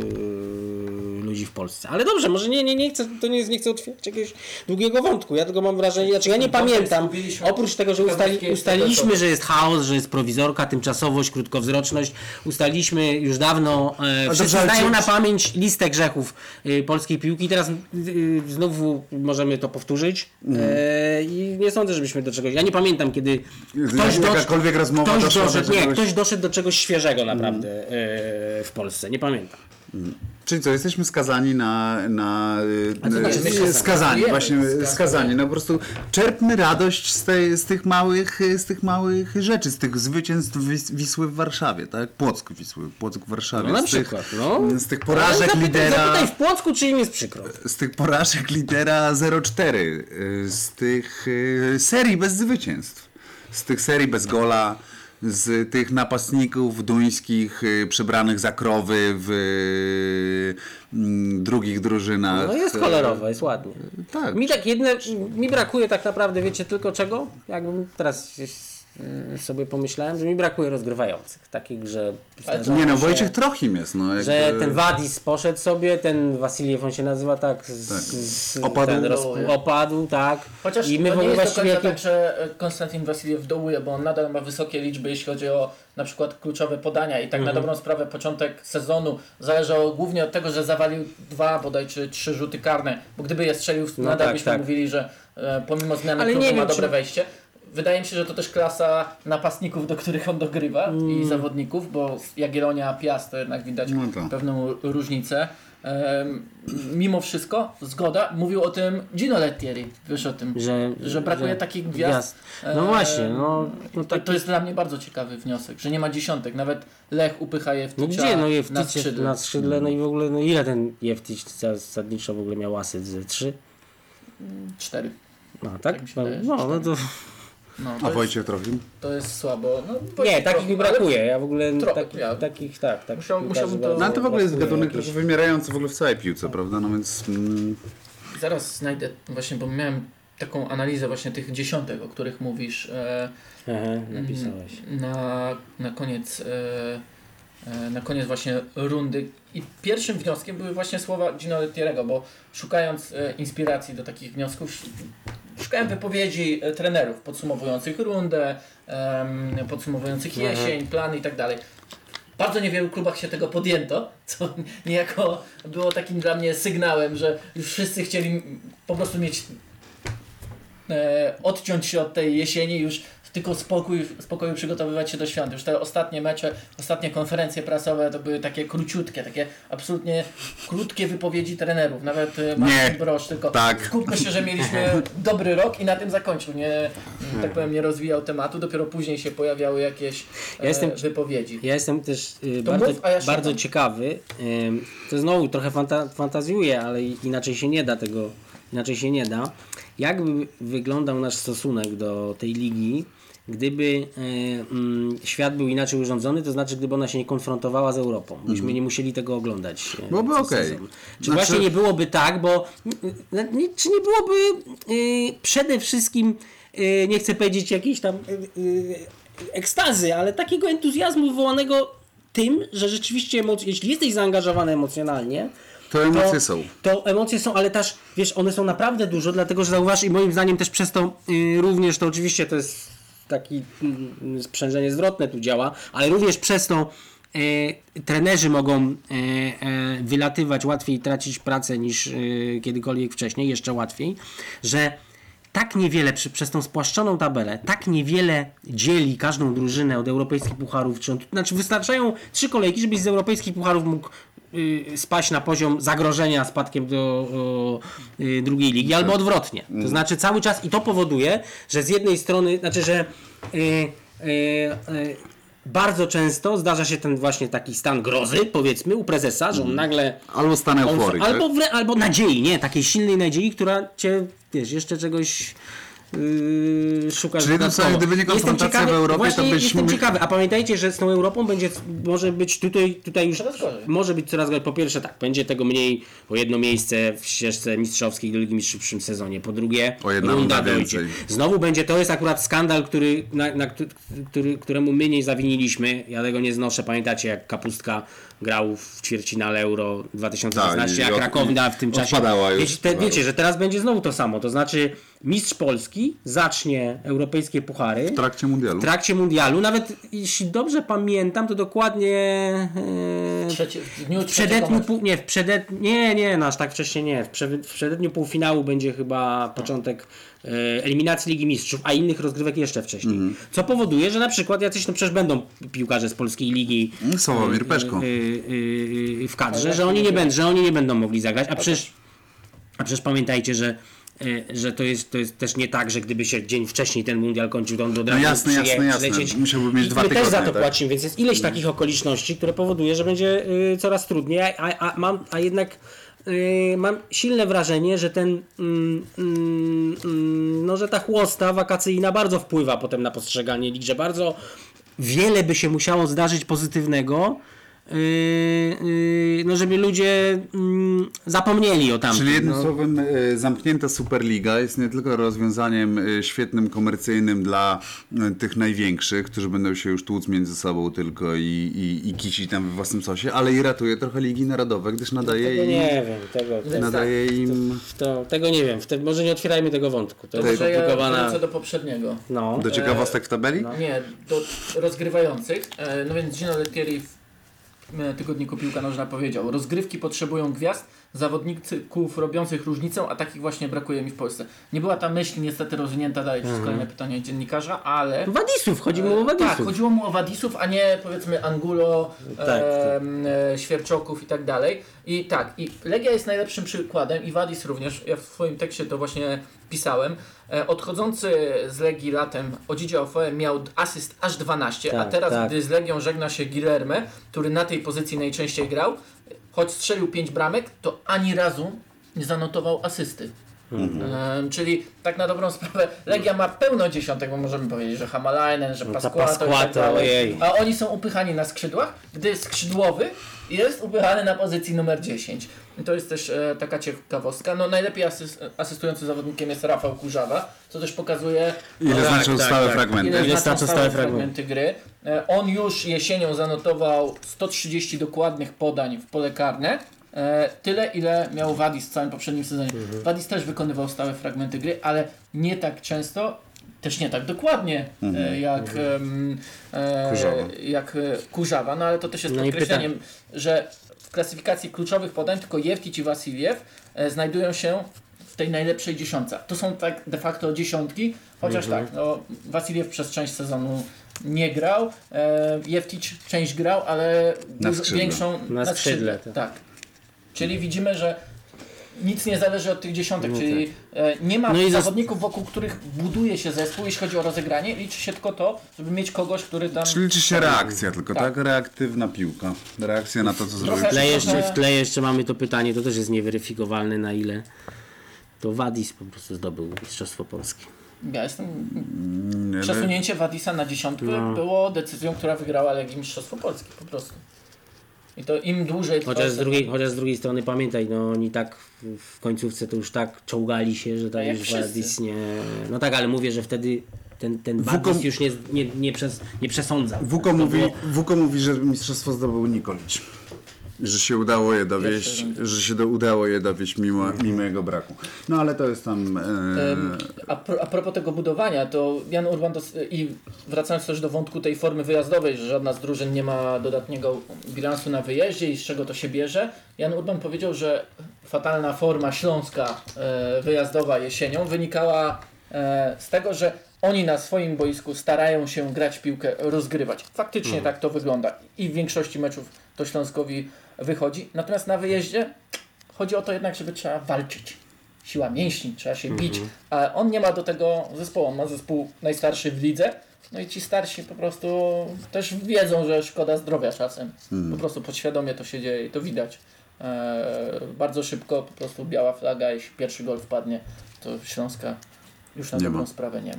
[SPEAKER 2] yy, ludzi w Polsce. Ale dobrze, może nie, nie, nie chcę, to nie, jest, nie chcę otwierać jakiegoś długiego wątku, ja tylko mam wrażenie, znaczy ja nie
[SPEAKER 3] Wątek
[SPEAKER 2] pamiętam,
[SPEAKER 3] zgubiliśmy.
[SPEAKER 2] oprócz tego, że ustali,
[SPEAKER 3] Kazachskie jest
[SPEAKER 2] ustaliliśmy,
[SPEAKER 3] tego, co-
[SPEAKER 2] że jest chaos, że jest prowizorka, tymczasowość, krótkowzroczność, ustaliliśmy już dawno, e, wszyscy
[SPEAKER 1] dobrze, ale
[SPEAKER 2] znają
[SPEAKER 1] czy-
[SPEAKER 2] na pamięć listę grzechów y, polskiej piłki, teraz y, znowu możemy to powtórzyć e, i nie sądzę, żebyśmy do czegoś, ja nie pamiętam kiedy ktoś, dosz,
[SPEAKER 1] Jakakolwiek rozmowa
[SPEAKER 2] ktoś,
[SPEAKER 1] doszła do
[SPEAKER 2] doszedł, nie,
[SPEAKER 1] czegoś-
[SPEAKER 2] ktoś doszedł do czegoś świeżego naprawdę e, w Polsce, nie pamiętam.
[SPEAKER 1] Czyli co, jesteśmy skazani na... na
[SPEAKER 3] A co
[SPEAKER 1] y,
[SPEAKER 3] znaczy
[SPEAKER 1] y,
[SPEAKER 3] skazani?
[SPEAKER 1] skazani,
[SPEAKER 3] Wiemy,
[SPEAKER 1] właśnie
[SPEAKER 3] skazani.
[SPEAKER 1] skazani. No po prostu czerpmy radość z, tej, z, tych małych, z tych małych rzeczy, z tych zwycięstw Wis- Wisły w Warszawie, tak? Płock Wisły, Płock w Warszawie.
[SPEAKER 2] No na
[SPEAKER 1] z tych,
[SPEAKER 2] przykład, no.
[SPEAKER 1] Z tych porażek
[SPEAKER 2] Ale zapytaj,
[SPEAKER 1] lidera...
[SPEAKER 2] Zapytaj w Płocku, czy im jest przykro.
[SPEAKER 1] Z tych porażek lidera zero cztery, y, z tych y, serii bez zwycięstw, z tych serii bez gola, z tych napastników duńskich y, przebranych za krowy w y, mm, drugich drużynach.
[SPEAKER 2] No jest kolorowo, jest ładnie.
[SPEAKER 1] Tak.
[SPEAKER 2] Mi tak jedne, mi brakuje tak naprawdę, wiecie tylko czego? Jakbym teraz y, sobie pomyślałem, że mi brakuje rozgrywających, takich, że...
[SPEAKER 3] Ale
[SPEAKER 2] zdarzało
[SPEAKER 1] Nie no,
[SPEAKER 2] się-
[SPEAKER 1] Wojciech Trochim jest. No, jakby...
[SPEAKER 2] Że ten Wadis poszedł sobie, ten Wasiliew, on się nazywa tak, z, z,
[SPEAKER 1] Opadł.
[SPEAKER 2] ten roz, opadł, tak.
[SPEAKER 3] Chociaż
[SPEAKER 2] I my
[SPEAKER 3] to
[SPEAKER 2] w
[SPEAKER 3] nie
[SPEAKER 2] ogóle
[SPEAKER 3] jest do
[SPEAKER 2] właściwie
[SPEAKER 3] końca
[SPEAKER 2] jakie-
[SPEAKER 3] tak, że e, Konstantin Wasiliew dołuje, bo on nadal ma wysokie liczby, jeśli chodzi o na przykład kluczowe podania i tak
[SPEAKER 2] Mhm.
[SPEAKER 3] na dobrą sprawę początek sezonu zależał głównie od tego, że zawalił dwa bodaj czy trzy rzuty karne, bo gdyby je strzelił,
[SPEAKER 2] No
[SPEAKER 3] nadal
[SPEAKER 2] tak,
[SPEAKER 3] byśmy
[SPEAKER 2] tak.
[SPEAKER 3] mówili, że e, pomimo zmiany
[SPEAKER 2] Ale
[SPEAKER 3] klubu
[SPEAKER 2] nie
[SPEAKER 3] ma
[SPEAKER 2] wiem,
[SPEAKER 3] dobre
[SPEAKER 2] czy-
[SPEAKER 3] wejście. wydaje mi się, że to też klasa napastników, do których on dogrywa
[SPEAKER 2] Mm.
[SPEAKER 3] i zawodników, bo Jagiellonia, Piast to jednak widać
[SPEAKER 1] No to.
[SPEAKER 3] pewną różnicę. Em, mimo wszystko, zgoda, mówił o tym Gino Lettieri, wiesz o tym,
[SPEAKER 2] Że,
[SPEAKER 3] że brakuje takich gwiazd.
[SPEAKER 2] No
[SPEAKER 3] Em,
[SPEAKER 2] właśnie, no, no
[SPEAKER 3] to,
[SPEAKER 2] taki-
[SPEAKER 3] to jest dla mnie bardzo ciekawy wniosek, że nie ma dziesiątek, nawet Lech upycha je w
[SPEAKER 2] No gdzie, no Jewtić
[SPEAKER 3] na
[SPEAKER 2] na
[SPEAKER 3] skrzydle.
[SPEAKER 2] na skrzydle, no i w ogóle, no ile ten Jewtić zasadniczo w ogóle miał asyst? Ze trzy?
[SPEAKER 3] Cztery.
[SPEAKER 2] No tak?
[SPEAKER 3] Tak mi się
[SPEAKER 2] No,
[SPEAKER 3] wydaje,
[SPEAKER 2] no, no to...
[SPEAKER 3] No,
[SPEAKER 1] A
[SPEAKER 3] to, jest,
[SPEAKER 1] Wojciech Trofim?
[SPEAKER 3] to jest słabo. No,
[SPEAKER 2] Nie,
[SPEAKER 3] Wojciech
[SPEAKER 2] takich
[SPEAKER 3] trochę,
[SPEAKER 2] mi
[SPEAKER 3] ale
[SPEAKER 2] brakuje, ja w ogóle
[SPEAKER 3] Trochę,
[SPEAKER 2] takich,
[SPEAKER 3] ja-
[SPEAKER 2] takich, tak, tak.
[SPEAKER 3] Musiał-
[SPEAKER 2] piłkarzy
[SPEAKER 3] musiałbym to-
[SPEAKER 2] bardzo
[SPEAKER 1] No ale to w ogóle jest
[SPEAKER 2] brakuje
[SPEAKER 1] gatunek
[SPEAKER 2] jakichś.
[SPEAKER 1] trochę wymierający w ogóle w całej piłce, prawda? No więc... Mm,
[SPEAKER 3] Zaraz znajdę, właśnie, bo miałem taką analizę właśnie tych dziesiątek, o których mówisz e,
[SPEAKER 2] Aha, napisałeś.
[SPEAKER 3] na, na koniec e, e, na koniec właśnie rundy i pierwszym wnioskiem były właśnie słowa Gino Lettieriego, bo szukając e, inspiracji do takich wniosków szukałem wypowiedzi e, trenerów podsumowujących rundę, em, podsumowujących
[SPEAKER 2] Mhm.
[SPEAKER 3] jesień, plany i tak dalej. W bardzo niewielu klubach się tego podjęto, co niejako było takim dla mnie sygnałem, że już wszyscy chcieli po prostu mieć e, odciąć się od tej jesieni, już tylko spokój, spokoju przygotowywać się do świąt. Już te ostatnie mecze, ostatnie konferencje prasowe to były takie króciutkie, takie absolutnie krótkie wypowiedzi trenerów. Nawet e, Marcin
[SPEAKER 1] Nie.
[SPEAKER 3] Brosz, tylko
[SPEAKER 1] Tak.
[SPEAKER 3] skupmy się, że mieliśmy dobry rok i na tym zakończył. Nie, tak powiem, nie rozwijał tematu, dopiero później się pojawiały jakieś e,
[SPEAKER 2] Ja jestem-
[SPEAKER 3] wypowiedzi.
[SPEAKER 2] Ja jestem też y,
[SPEAKER 3] To
[SPEAKER 2] bardzo,
[SPEAKER 3] mów, a ja szukam.
[SPEAKER 2] bardzo ciekawy. Ym, to znowu trochę fanta fantazjuję, ale i- inaczej się nie da tego, inaczej się nie da. Jakby wyglądał nasz stosunek do tej ligi, gdyby y, mm, świat był inaczej urządzony, to znaczy gdyby ona się nie konfrontowała z Europą. Byśmy nie musieli tego oglądać. y,
[SPEAKER 1] Byłoby
[SPEAKER 2] co
[SPEAKER 1] okej.
[SPEAKER 2] sezon. Czy
[SPEAKER 1] Znaczy-
[SPEAKER 2] właśnie nie byłoby tak, bo y, y, nie, czy nie byłoby y, przede wszystkim, y, nie chcę powiedzieć jakiejś tam y, y, ekstazy, ale takiego entuzjazmu wywołanego tym, że rzeczywiście emoc- jeśli jesteś zaangażowany emocjonalnie,
[SPEAKER 1] to emocje są.
[SPEAKER 2] to emocje są, ale też, wiesz, one są naprawdę dużo, dlatego że zauważ i moim zdaniem też przez to y, również, to oczywiście to jest taki y, sprzężenie zwrotne tu działa, ale również przez to y, trenerzy mogą y, y, wylatywać łatwiej, tracić pracę niż y, kiedykolwiek wcześniej, jeszcze łatwiej, że tak niewiele, przy, przez tą spłaszczoną tabelę, tak niewiele dzieli każdą drużynę od europejskich pucharów. Czy on, znaczy wystarczają trzy kolejki, żebyś z europejskich pucharów mógł y, spaść na poziom zagrożenia spadkiem do o, y, drugiej ligi, albo odwrotnie. To znaczy cały czas i to powoduje, że z jednej strony, znaczy, że y, y, y, bardzo często zdarza się ten właśnie taki stan grozy, powiedzmy, u prezesa, że on nagle
[SPEAKER 1] Albo stan
[SPEAKER 2] on,
[SPEAKER 1] euforii.
[SPEAKER 2] albo,
[SPEAKER 1] tak?
[SPEAKER 2] wrę- albo nadziei, nie? Takiej silnej nadziei, która cię, wiesz, jeszcze czegoś yy, szukasz
[SPEAKER 1] Czyli to
[SPEAKER 2] dodatkowo.
[SPEAKER 1] co, gdyby nie
[SPEAKER 2] Jestem
[SPEAKER 1] konfrontacja
[SPEAKER 2] ciekawy-
[SPEAKER 1] w Europie,
[SPEAKER 2] właśnie
[SPEAKER 1] to byśmy-
[SPEAKER 2] jestem ciekawy, a pamiętajcie, że z tą Europą będzie, może być tutaj, tutaj już,
[SPEAKER 3] Coraz gorzej.
[SPEAKER 2] może być coraz gorzej. Po pierwsze tak, będzie tego mniej, o jedno miejsce w ścieżce mistrzowskiej do Ligi Mistrzów w przyszłym sezonie. Po drugie,
[SPEAKER 1] O jedna
[SPEAKER 2] runda
[SPEAKER 1] runda
[SPEAKER 2] dojdzie.
[SPEAKER 1] więcej.
[SPEAKER 2] Znowu będzie, to jest akurat skandal, który, na, na, któ- który, któremu my nie zawiniliśmy. Ja tego nie znoszę. Pamiętacie, jak Kapustka grał w ćwierćfinale Euro dwa tysiące szesnaście,
[SPEAKER 1] Tak, i
[SPEAKER 2] a
[SPEAKER 1] od-
[SPEAKER 2] Krakowia w tym czasie.
[SPEAKER 1] odpadała już.
[SPEAKER 2] Wiecie, te, wiecie, że teraz będzie znowu to samo. To znaczy mistrz Polski zacznie europejskie puchary
[SPEAKER 1] W trakcie mundialu.
[SPEAKER 2] w trakcie mundialu. Nawet jeśli dobrze pamiętam, to dokładnie e,
[SPEAKER 3] Trzecie, w dniu
[SPEAKER 2] w
[SPEAKER 3] trzeciego
[SPEAKER 2] przededniu
[SPEAKER 3] meczu.
[SPEAKER 2] pół, nie, w przeded, nie, nie, no aż tak wcześnie nie. W, prze, w przededniu półfinału będzie chyba początek e, eliminacji Ligi Mistrzów, a innych rozgrywek jeszcze wcześniej.
[SPEAKER 1] Mhm.
[SPEAKER 2] Co powoduje, że na przykład jacyś, no przecież będą piłkarze z polskiej ligi
[SPEAKER 1] Sławomir Peszko.
[SPEAKER 2] y, y, y, w kadrze, że oni nie będą, że oni nie będą mogli zagrać, a przecież, a przecież pamiętajcie, że y, że to jest, to jest też nie tak, że gdyby się dzień wcześniej ten mundial kończył, to on od razu
[SPEAKER 1] No jasne,
[SPEAKER 2] przyje-
[SPEAKER 1] jasne, jasne.
[SPEAKER 2] przylecieć.
[SPEAKER 1] Musiałby mieć
[SPEAKER 2] I
[SPEAKER 1] dwa
[SPEAKER 2] my też za
[SPEAKER 1] tygodnie,
[SPEAKER 2] to
[SPEAKER 1] tak?
[SPEAKER 2] płacimy, więc jest ileś takich okoliczności, które powoduje, że będzie y, coraz trudniej, a, a, a, mam, a jednak y, mam silne wrażenie, że ten mm, mm, mm, no, że ta chłosta wakacyjna bardzo wpływa potem na postrzeganie lig, że bardzo wiele by się musiało zdarzyć pozytywnego, yy, yy, no żeby ludzie yy, zapomnieli o tamtym.
[SPEAKER 1] Czyli jednym
[SPEAKER 2] no.
[SPEAKER 1] słowem e, zamknięta Superliga jest nie tylko rozwiązaniem e, świetnym, komercyjnym dla e, tych największych, którzy będą się już tłuc między sobą tylko i, i, i kisić tam we własnym sosie, ale i ratuje trochę ligi narodowe, gdyż nadaje
[SPEAKER 2] Tego
[SPEAKER 1] im...
[SPEAKER 2] nie wiem, tego, tego,
[SPEAKER 1] Nadaje im...
[SPEAKER 2] to, tego nie wiem, Wtedy może nie otwierajmy tego wątku. To
[SPEAKER 3] To
[SPEAKER 2] jest
[SPEAKER 3] może ja
[SPEAKER 2] skomplikowana.
[SPEAKER 3] wrócę do poprzedniego.
[SPEAKER 2] No.
[SPEAKER 1] Do ciekawostek w tabeli?
[SPEAKER 3] Nie, do rozgrywających. E, No więc Gino Lettieri w e, tygodniku Piłka Nożna powiedział: rozgrywki potrzebują gwiazd, zawodników robiących różnicę, a takich właśnie brakuje mi w Polsce. Nie była ta myśl niestety rozwinięta dalej przez kolejne pytania dziennikarza, ale...
[SPEAKER 2] Wadisów, chodzi mu o Wadisów.
[SPEAKER 3] Tak, chodziło mu o Wadisów, a nie powiedzmy Angulo,
[SPEAKER 2] Tak,
[SPEAKER 3] e, e, Świerczoków i tak dalej. I tak, i Legia jest najlepszym przykładem i Wadis również, ja w swoim tekście to właśnie pisałem. E, odchodzący z Legii latem Odzidzie Ofoe miał asyst aż dwanaście,
[SPEAKER 2] Tak,
[SPEAKER 3] a teraz
[SPEAKER 2] tak.
[SPEAKER 3] gdy z Legią żegna się Guilherme, który na tej pozycji najczęściej grał, choć strzelił pięć bramek, to ani razu nie zanotował asysty.
[SPEAKER 2] Mhm.
[SPEAKER 3] E, czyli tak na dobrą sprawę Legia ma pełno dziesiątek, bo możemy powiedzieć, że Hamalainen, że
[SPEAKER 2] No ta
[SPEAKER 3] Pasquato i tak
[SPEAKER 2] Pasquato,
[SPEAKER 3] dalej,
[SPEAKER 2] ojej.
[SPEAKER 3] a oni są upychani na skrzydłach, gdy skrzydłowy jest upychany na pozycji numer dziesięć. I to jest też e, taka ciekawostka. No najlepiej asyst, asystującym zawodnikiem jest Rafał Kurzawa, co też pokazuje
[SPEAKER 1] Ile
[SPEAKER 2] tak,
[SPEAKER 1] znaczą
[SPEAKER 2] tak,
[SPEAKER 1] stałe
[SPEAKER 2] tak.
[SPEAKER 1] fragmenty.
[SPEAKER 3] ile,
[SPEAKER 2] Ile
[SPEAKER 3] znaczą
[SPEAKER 2] znaczą
[SPEAKER 3] stałe
[SPEAKER 2] stałe
[SPEAKER 3] fragmenty gry. E, on już jesienią zanotował sto trzydzieści dokładnych podań w pole karne. E, tyle, ile miał Wadis w całym poprzednim sezonie.
[SPEAKER 2] Mhm.
[SPEAKER 3] Wadis też wykonywał stałe fragmenty gry, ale nie tak często, też nie tak dokładnie e, jak, em, e,
[SPEAKER 1] Kurzawa.
[SPEAKER 3] jak e, Kurzawa, no ale to też jest
[SPEAKER 2] No i
[SPEAKER 3] podkreśleniem, że w klasyfikacji kluczowych podań tylko Jewtić i Wasiliew e, znajdują się w tej najlepszej dziesiątce. To są tak de facto dziesiątki, chociaż
[SPEAKER 2] Mhm.
[SPEAKER 3] tak, no, Wasiliew przez część sezonu nie grał, e, Jewtić część grał, ale
[SPEAKER 1] Na
[SPEAKER 3] dużo
[SPEAKER 1] skrzydle.
[SPEAKER 3] większą
[SPEAKER 2] Na skrzydle, tak.
[SPEAKER 3] tak. Czyli widzimy, że nic nie zależy od tych dziesiątek, czyli e, nie ma
[SPEAKER 2] No i zas-
[SPEAKER 3] zawodników, wokół których buduje się zespół, jeśli chodzi o rozegranie. Liczy się tylko to, żeby mieć kogoś, który tam...
[SPEAKER 1] Czyli liczy się reakcja tylko,
[SPEAKER 3] Tak.
[SPEAKER 1] tak? Reaktywna piłka. Reakcja na to, co zrobił.
[SPEAKER 3] Trochę-
[SPEAKER 2] W tle, jeszcze,
[SPEAKER 3] trochę-
[SPEAKER 2] w tle jeszcze mamy to pytanie, to też jest nieweryfikowalne, na ile to Wadis po prostu zdobył Mistrzostwo Polskie.
[SPEAKER 3] Ja jestem...
[SPEAKER 1] Nie,
[SPEAKER 3] Przesunięcie Wadisa na dziesiątkę
[SPEAKER 2] No.
[SPEAKER 3] było decyzją, która wygrała Legii Mistrzostwo Polskie, po prostu. I to im dłużej... trwa
[SPEAKER 2] Chociaż z,
[SPEAKER 3] sezon-
[SPEAKER 2] drugiej, chociaż z drugiej strony pamiętaj, no oni tak w, w końcówce to już tak czołgali się, że
[SPEAKER 3] A
[SPEAKER 2] tak
[SPEAKER 3] jak
[SPEAKER 2] już
[SPEAKER 3] wszyscy.
[SPEAKER 2] Wadis nie... No tak, ale mówię, że wtedy ten, ten
[SPEAKER 1] Wuko-
[SPEAKER 2] Wadis już nie, nie, nie, przes, nie przesądzał.
[SPEAKER 1] Wuko
[SPEAKER 2] To
[SPEAKER 1] mówi,
[SPEAKER 2] było-
[SPEAKER 1] Wuko mówi, że mistrzostwo zdobył Nikolić. Że się udało je dowieść, że się do, udało je dowieść mimo, mimo jego braku. No ale to jest tam... E,
[SPEAKER 3] Em, A, pro, a propos tego budowania, to Jan Urban dos- i wracając też do wątku tej formy wyjazdowej, że żadna z drużyn nie ma dodatniego bilansu na wyjeździe i z czego to się bierze, Jan Urban powiedział, że fatalna forma śląska e, wyjazdowa jesienią wynikała e, z tego, że oni na swoim boisku starają się grać w piłkę, rozgrywać. Faktycznie tak to wygląda i w większości meczów to Śląskowi wychodzi. Natomiast na wyjeździe chodzi o to jednak, żeby trzeba walczyć. Siła mięśni, trzeba się bić, a on nie ma do tego zespołu. On ma zespół najstarszy w lidze, no i ci starsi po prostu też wiedzą, że szkoda zdrowia czasem. Po prostu podświadomie to się dzieje i to widać. Eee, bardzo szybko po prostu biała flaga, jeśli pierwszy gol wpadnie, to Śląska już na
[SPEAKER 1] Nie
[SPEAKER 3] dobrą
[SPEAKER 1] ma.
[SPEAKER 3] sprawę nie ma.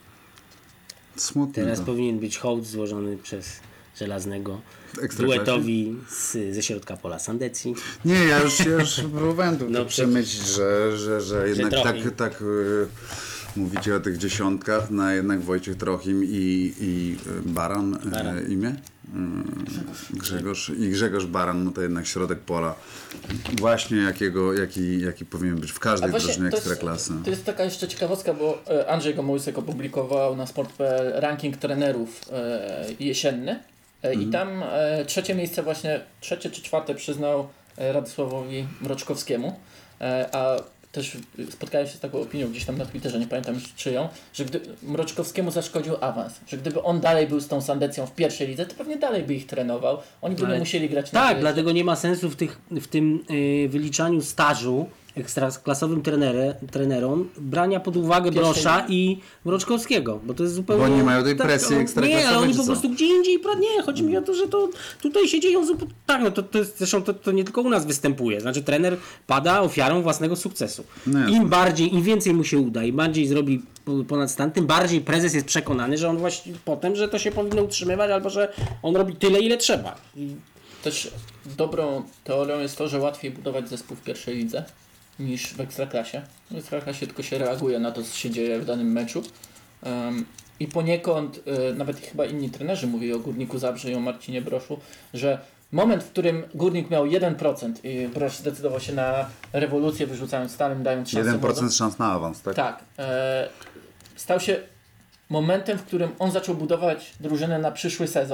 [SPEAKER 1] smutne
[SPEAKER 2] Teraz
[SPEAKER 1] to.
[SPEAKER 2] powinien być hołd złożony przez Żelaznego
[SPEAKER 1] Ekstraklasie?
[SPEAKER 2] duetowi z, ze środka pola Sandecji.
[SPEAKER 1] Nie, ja już, ja już próbowałem tu
[SPEAKER 2] No,
[SPEAKER 1] przemyśleć, że, że, że jednak
[SPEAKER 2] Trochim.
[SPEAKER 1] tak, tak y, mówicie o tych dziesiątkach, na jednak Wojciech Trochim i, i y, Baran, y,
[SPEAKER 2] Baran.
[SPEAKER 1] imię? Y, Grzegorz i Grzegorz Baran, no to jednak środek pola. Właśnie jakiego, jaki, jaki powinien być w
[SPEAKER 3] A
[SPEAKER 1] każdej
[SPEAKER 3] właśnie
[SPEAKER 1] drużynie
[SPEAKER 3] to jest,
[SPEAKER 1] ekstraklasy.
[SPEAKER 3] to jest taka jeszcze ciekawostka, bo e, Andrzej Gomołysek opublikował na sport kropka p l ranking trenerów e, jesienny e, i tam e, trzecie miejsce właśnie, trzecie czy czwarte przyznał e, Radosławowi Mroczkowskiemu, e, a też spotkałem się z taką opinią gdzieś tam na Twitterze, nie pamiętam już czyją, że gdy Mroczkowskiemu zaszkodził awans, że gdyby on dalej był z tą Sandecją w pierwszej lidze, to pewnie dalej by ich trenował, oni by
[SPEAKER 2] Ale-
[SPEAKER 3] nie musieli grać na
[SPEAKER 2] Tak,
[SPEAKER 3] wyjeździe.
[SPEAKER 2] dlatego nie ma sensu w, tych, w tym y, wyliczaniu stażu ekstraklasowym trenere, trenerom brania pod uwagę
[SPEAKER 3] Pierwszej
[SPEAKER 2] Brosza i Mroczkowskiego, bo to jest zupełnie...
[SPEAKER 1] Bo nie mają tej
[SPEAKER 2] tak,
[SPEAKER 1] presji
[SPEAKER 2] no,
[SPEAKER 1] ekstraklasowej,
[SPEAKER 2] Nie, ale oni
[SPEAKER 1] czy
[SPEAKER 2] po
[SPEAKER 1] co?
[SPEAKER 2] prostu gdzie indziej, pra- nie, chodzi mi o to, że to tutaj się dzieją zupełnie... Tak, no to, to jest, zresztą to, to nie tylko u nas występuje, znaczy trener pada ofiarą własnego sukcesu.
[SPEAKER 1] No jasne.
[SPEAKER 2] Im bardziej, im więcej mu się uda, im bardziej zrobi po- ponad stan, tym bardziej prezes jest przekonany, że on właśnie potem, że to się powinno utrzymywać, albo że on robi tyle, ile trzeba. I
[SPEAKER 3] Też dobrą teorią jest to, że łatwiej budować zespół w pierwszej lidze niż w Ekstraklasie. W Ekstraklasie tylko się reaguje na to, co się dzieje w danym meczu. Um, I poniekąd, y, nawet chyba inni trenerzy mówili o Górniku Zabrze i o Marcinie Broszu, że moment, w którym Górnik miał jeden procent i Brosz zdecydował się na rewolucję, wyrzucając Stalin, dając szansę
[SPEAKER 1] jeden
[SPEAKER 3] młodym.
[SPEAKER 1] procent szans na awans, tak?
[SPEAKER 3] Tak. E, stał się momentem, w którym on zaczął budować drużynę na przyszły sezon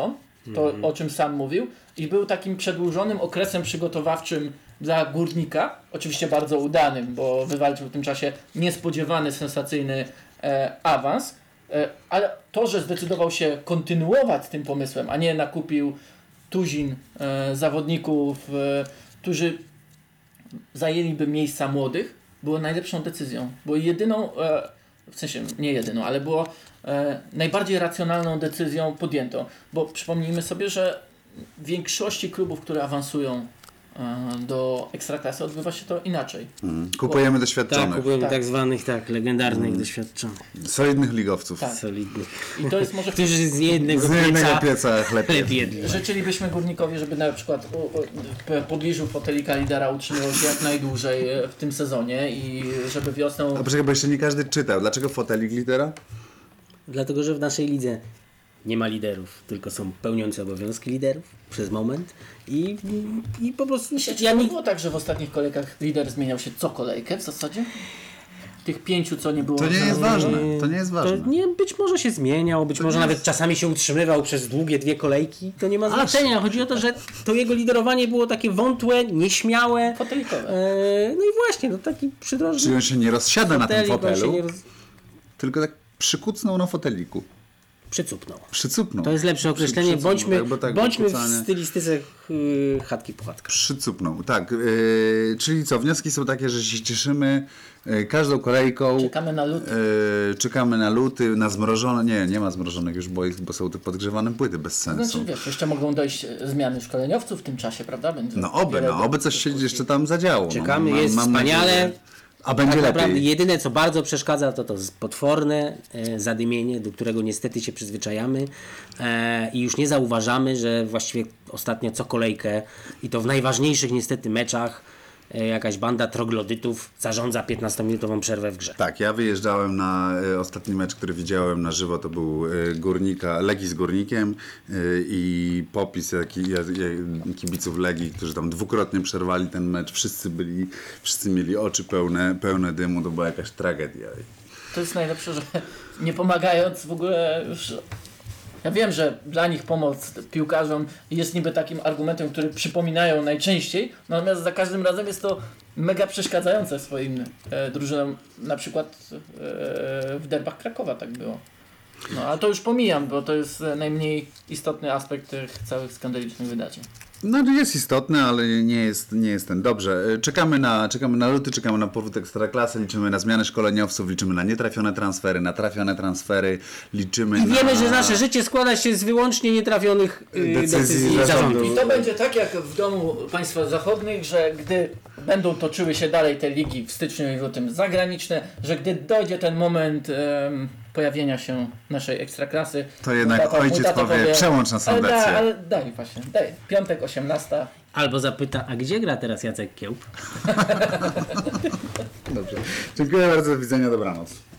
[SPEAKER 3] to
[SPEAKER 2] Mhm.
[SPEAKER 3] o czym sam mówił, i był takim przedłużonym okresem przygotowawczym dla Górnika, oczywiście bardzo udanym, bo wywalczył w tym czasie niespodziewany, sensacyjny e, awans, e, ale to, że zdecydował się kontynuować tym pomysłem, a nie nakupił tuzin e, zawodników, e, którzy zajęliby miejsca młodych, było najlepszą decyzją. Było jedyną, e, w sensie nie jedyną, ale było e, najbardziej racjonalną decyzją podjętą. Bo przypomnijmy sobie, że w większości klubów, które awansują e, do Ekstraklasy, odbywa się to inaczej.
[SPEAKER 1] Mm. Kupujemy
[SPEAKER 2] Tak,
[SPEAKER 1] doświadczonych,
[SPEAKER 2] kupujemy
[SPEAKER 3] Tak.
[SPEAKER 2] tak zwanych, tak, legendarnych, doświadczonych,
[SPEAKER 1] solidnych ligowców.
[SPEAKER 3] Tak.
[SPEAKER 2] solidnych.
[SPEAKER 3] I to jest może...
[SPEAKER 2] Którzy z jednego
[SPEAKER 1] Z jednego
[SPEAKER 2] pieca
[SPEAKER 1] pieca chleb
[SPEAKER 2] chleb
[SPEAKER 1] jedli.
[SPEAKER 2] jedli.
[SPEAKER 3] Życzylibyśmy Górnikowi, żeby na przykład u, u, w pobliżu fotelika lidera utrzymywał się jak najdłużej e, w tym sezonie i żeby wiosną...
[SPEAKER 1] A poczekaj, bo jeszcze nie każdy czytał. Dlaczego fotelik lidera?
[SPEAKER 2] Dlatego, że w naszej lidze nie ma liderów, tylko są pełniący obowiązki liderów przez moment i, i po prostu
[SPEAKER 3] Czy
[SPEAKER 2] ja
[SPEAKER 3] to
[SPEAKER 2] nie,
[SPEAKER 3] było tak, że w ostatnich kolejkach lider zmieniał się co kolejkę w zasadzie? Tych pięciu, co nie było...
[SPEAKER 1] To nie jest ważne. To nie jest
[SPEAKER 2] to
[SPEAKER 1] ważne.
[SPEAKER 2] nie, być może się zmieniał, być może
[SPEAKER 1] nie
[SPEAKER 2] nawet
[SPEAKER 1] jest-
[SPEAKER 2] czasami się utrzymywał przez długie dwie kolejki, to nie ma znaczenia. Chodzi o to, że to jego liderowanie było takie wątłe, nieśmiałe.
[SPEAKER 3] Fotelikowe.
[SPEAKER 2] E, no i właśnie, no taki przydrożny
[SPEAKER 1] Czyli on się nie rozsiada na tym
[SPEAKER 2] fotelik, on się
[SPEAKER 1] fotelu,
[SPEAKER 2] nie roz...
[SPEAKER 1] tylko tak przykucnął na foteliku.
[SPEAKER 2] przycupnął.
[SPEAKER 1] Przycupnął.
[SPEAKER 2] To jest lepsze określenie.
[SPEAKER 1] Przycupnął,
[SPEAKER 2] Bądźmy,
[SPEAKER 1] tak, bo tak
[SPEAKER 2] bądźmy w
[SPEAKER 1] dokucanie.
[SPEAKER 2] stylistyce yy, chatki puchatka.
[SPEAKER 1] Przycupnął, tak. Yy, czyli co, wnioski są takie, że się cieszymy yy, każdą kolejką.
[SPEAKER 3] Czekamy na lód.
[SPEAKER 1] Yy, czekamy na luty, na zmrożone. Nie, nie ma zmrożonych już, bo, jest, bo są te podgrzewane płyty bez sensu.
[SPEAKER 3] Znaczy wiesz, jeszcze mogą dojść e, zmiany szkoleniowców w tym czasie, prawda? Będzie
[SPEAKER 1] No oby,
[SPEAKER 3] wiele
[SPEAKER 1] no oby coś się
[SPEAKER 3] dyskusji.
[SPEAKER 1] jeszcze tam zadziało.
[SPEAKER 2] Czekamy,
[SPEAKER 1] no,
[SPEAKER 2] jest wspaniale.
[SPEAKER 1] nadzieję, a będzie
[SPEAKER 2] Tak naprawdę
[SPEAKER 1] lepiej.
[SPEAKER 2] jedyne, co bardzo przeszkadza, to to potworne e, zadymienie, do którego niestety się przyzwyczajamy e, i już nie zauważamy, że właściwie ostatnio co kolejkę i to w najważniejszych niestety meczach e, jakaś banda troglodytów zarządza piętnastominutową przerwę w grze.
[SPEAKER 1] Tak, ja wyjeżdżałem na y, ostatni mecz, który widziałem na żywo, to był y, Górnika, Legii z Górnikiem y, i popis jak, jak, jak, kibiców Legii, którzy tam dwukrotnie przerwali ten mecz. Wszyscy byli, wszyscy mieli oczy pełne, pełne dymu, to była jakaś tragedia.
[SPEAKER 3] To jest najlepsze, że nie pomagając w ogóle już... Ja wiem, że dla nich pomoc piłkarzom jest niby takim argumentem, który przypominają najczęściej, natomiast za każdym razem jest to mega przeszkadzające swoim e, drużynom. Na przykład e, w derbach Krakowa tak było. No ale to już pomijam, bo to jest e, najmniej istotny aspekt tych całych skandalicznych wydarzeń.
[SPEAKER 1] No to jest istotne, ale nie jest, nie jest ten. Dobrze, y, czekamy na, czekamy na luty, czekamy na powrót Ekstraklasy, liczymy na zmianę szkoleniowców, liczymy na nietrafione transfery, na trafione transfery, liczymy
[SPEAKER 2] I
[SPEAKER 1] na...
[SPEAKER 2] wiemy, że nasze życie składa się z wyłącznie nietrafionych yy,
[SPEAKER 1] Decyzji
[SPEAKER 2] decyzji
[SPEAKER 1] zarządu.
[SPEAKER 2] zarządu.
[SPEAKER 3] I to będzie tak jak w domu państw zachodnich, że gdy będą toczyły się dalej te ligi w styczniu i w lutym zagraniczne, że gdy dojdzie ten moment em, pojawienia się naszej ekstraklasy,
[SPEAKER 1] To jednak
[SPEAKER 3] mój tata- mój
[SPEAKER 1] ojciec
[SPEAKER 3] tata
[SPEAKER 1] powie, przełącz na
[SPEAKER 3] ale, da,
[SPEAKER 1] Sandecję.
[SPEAKER 3] ale daj właśnie, daj, piątek osiemnasta.
[SPEAKER 2] Albo zapyta, a gdzie gra teraz Jacek Kiełb?
[SPEAKER 1] Dobrze. Dziękuję bardzo, do widzenia, dobranoc.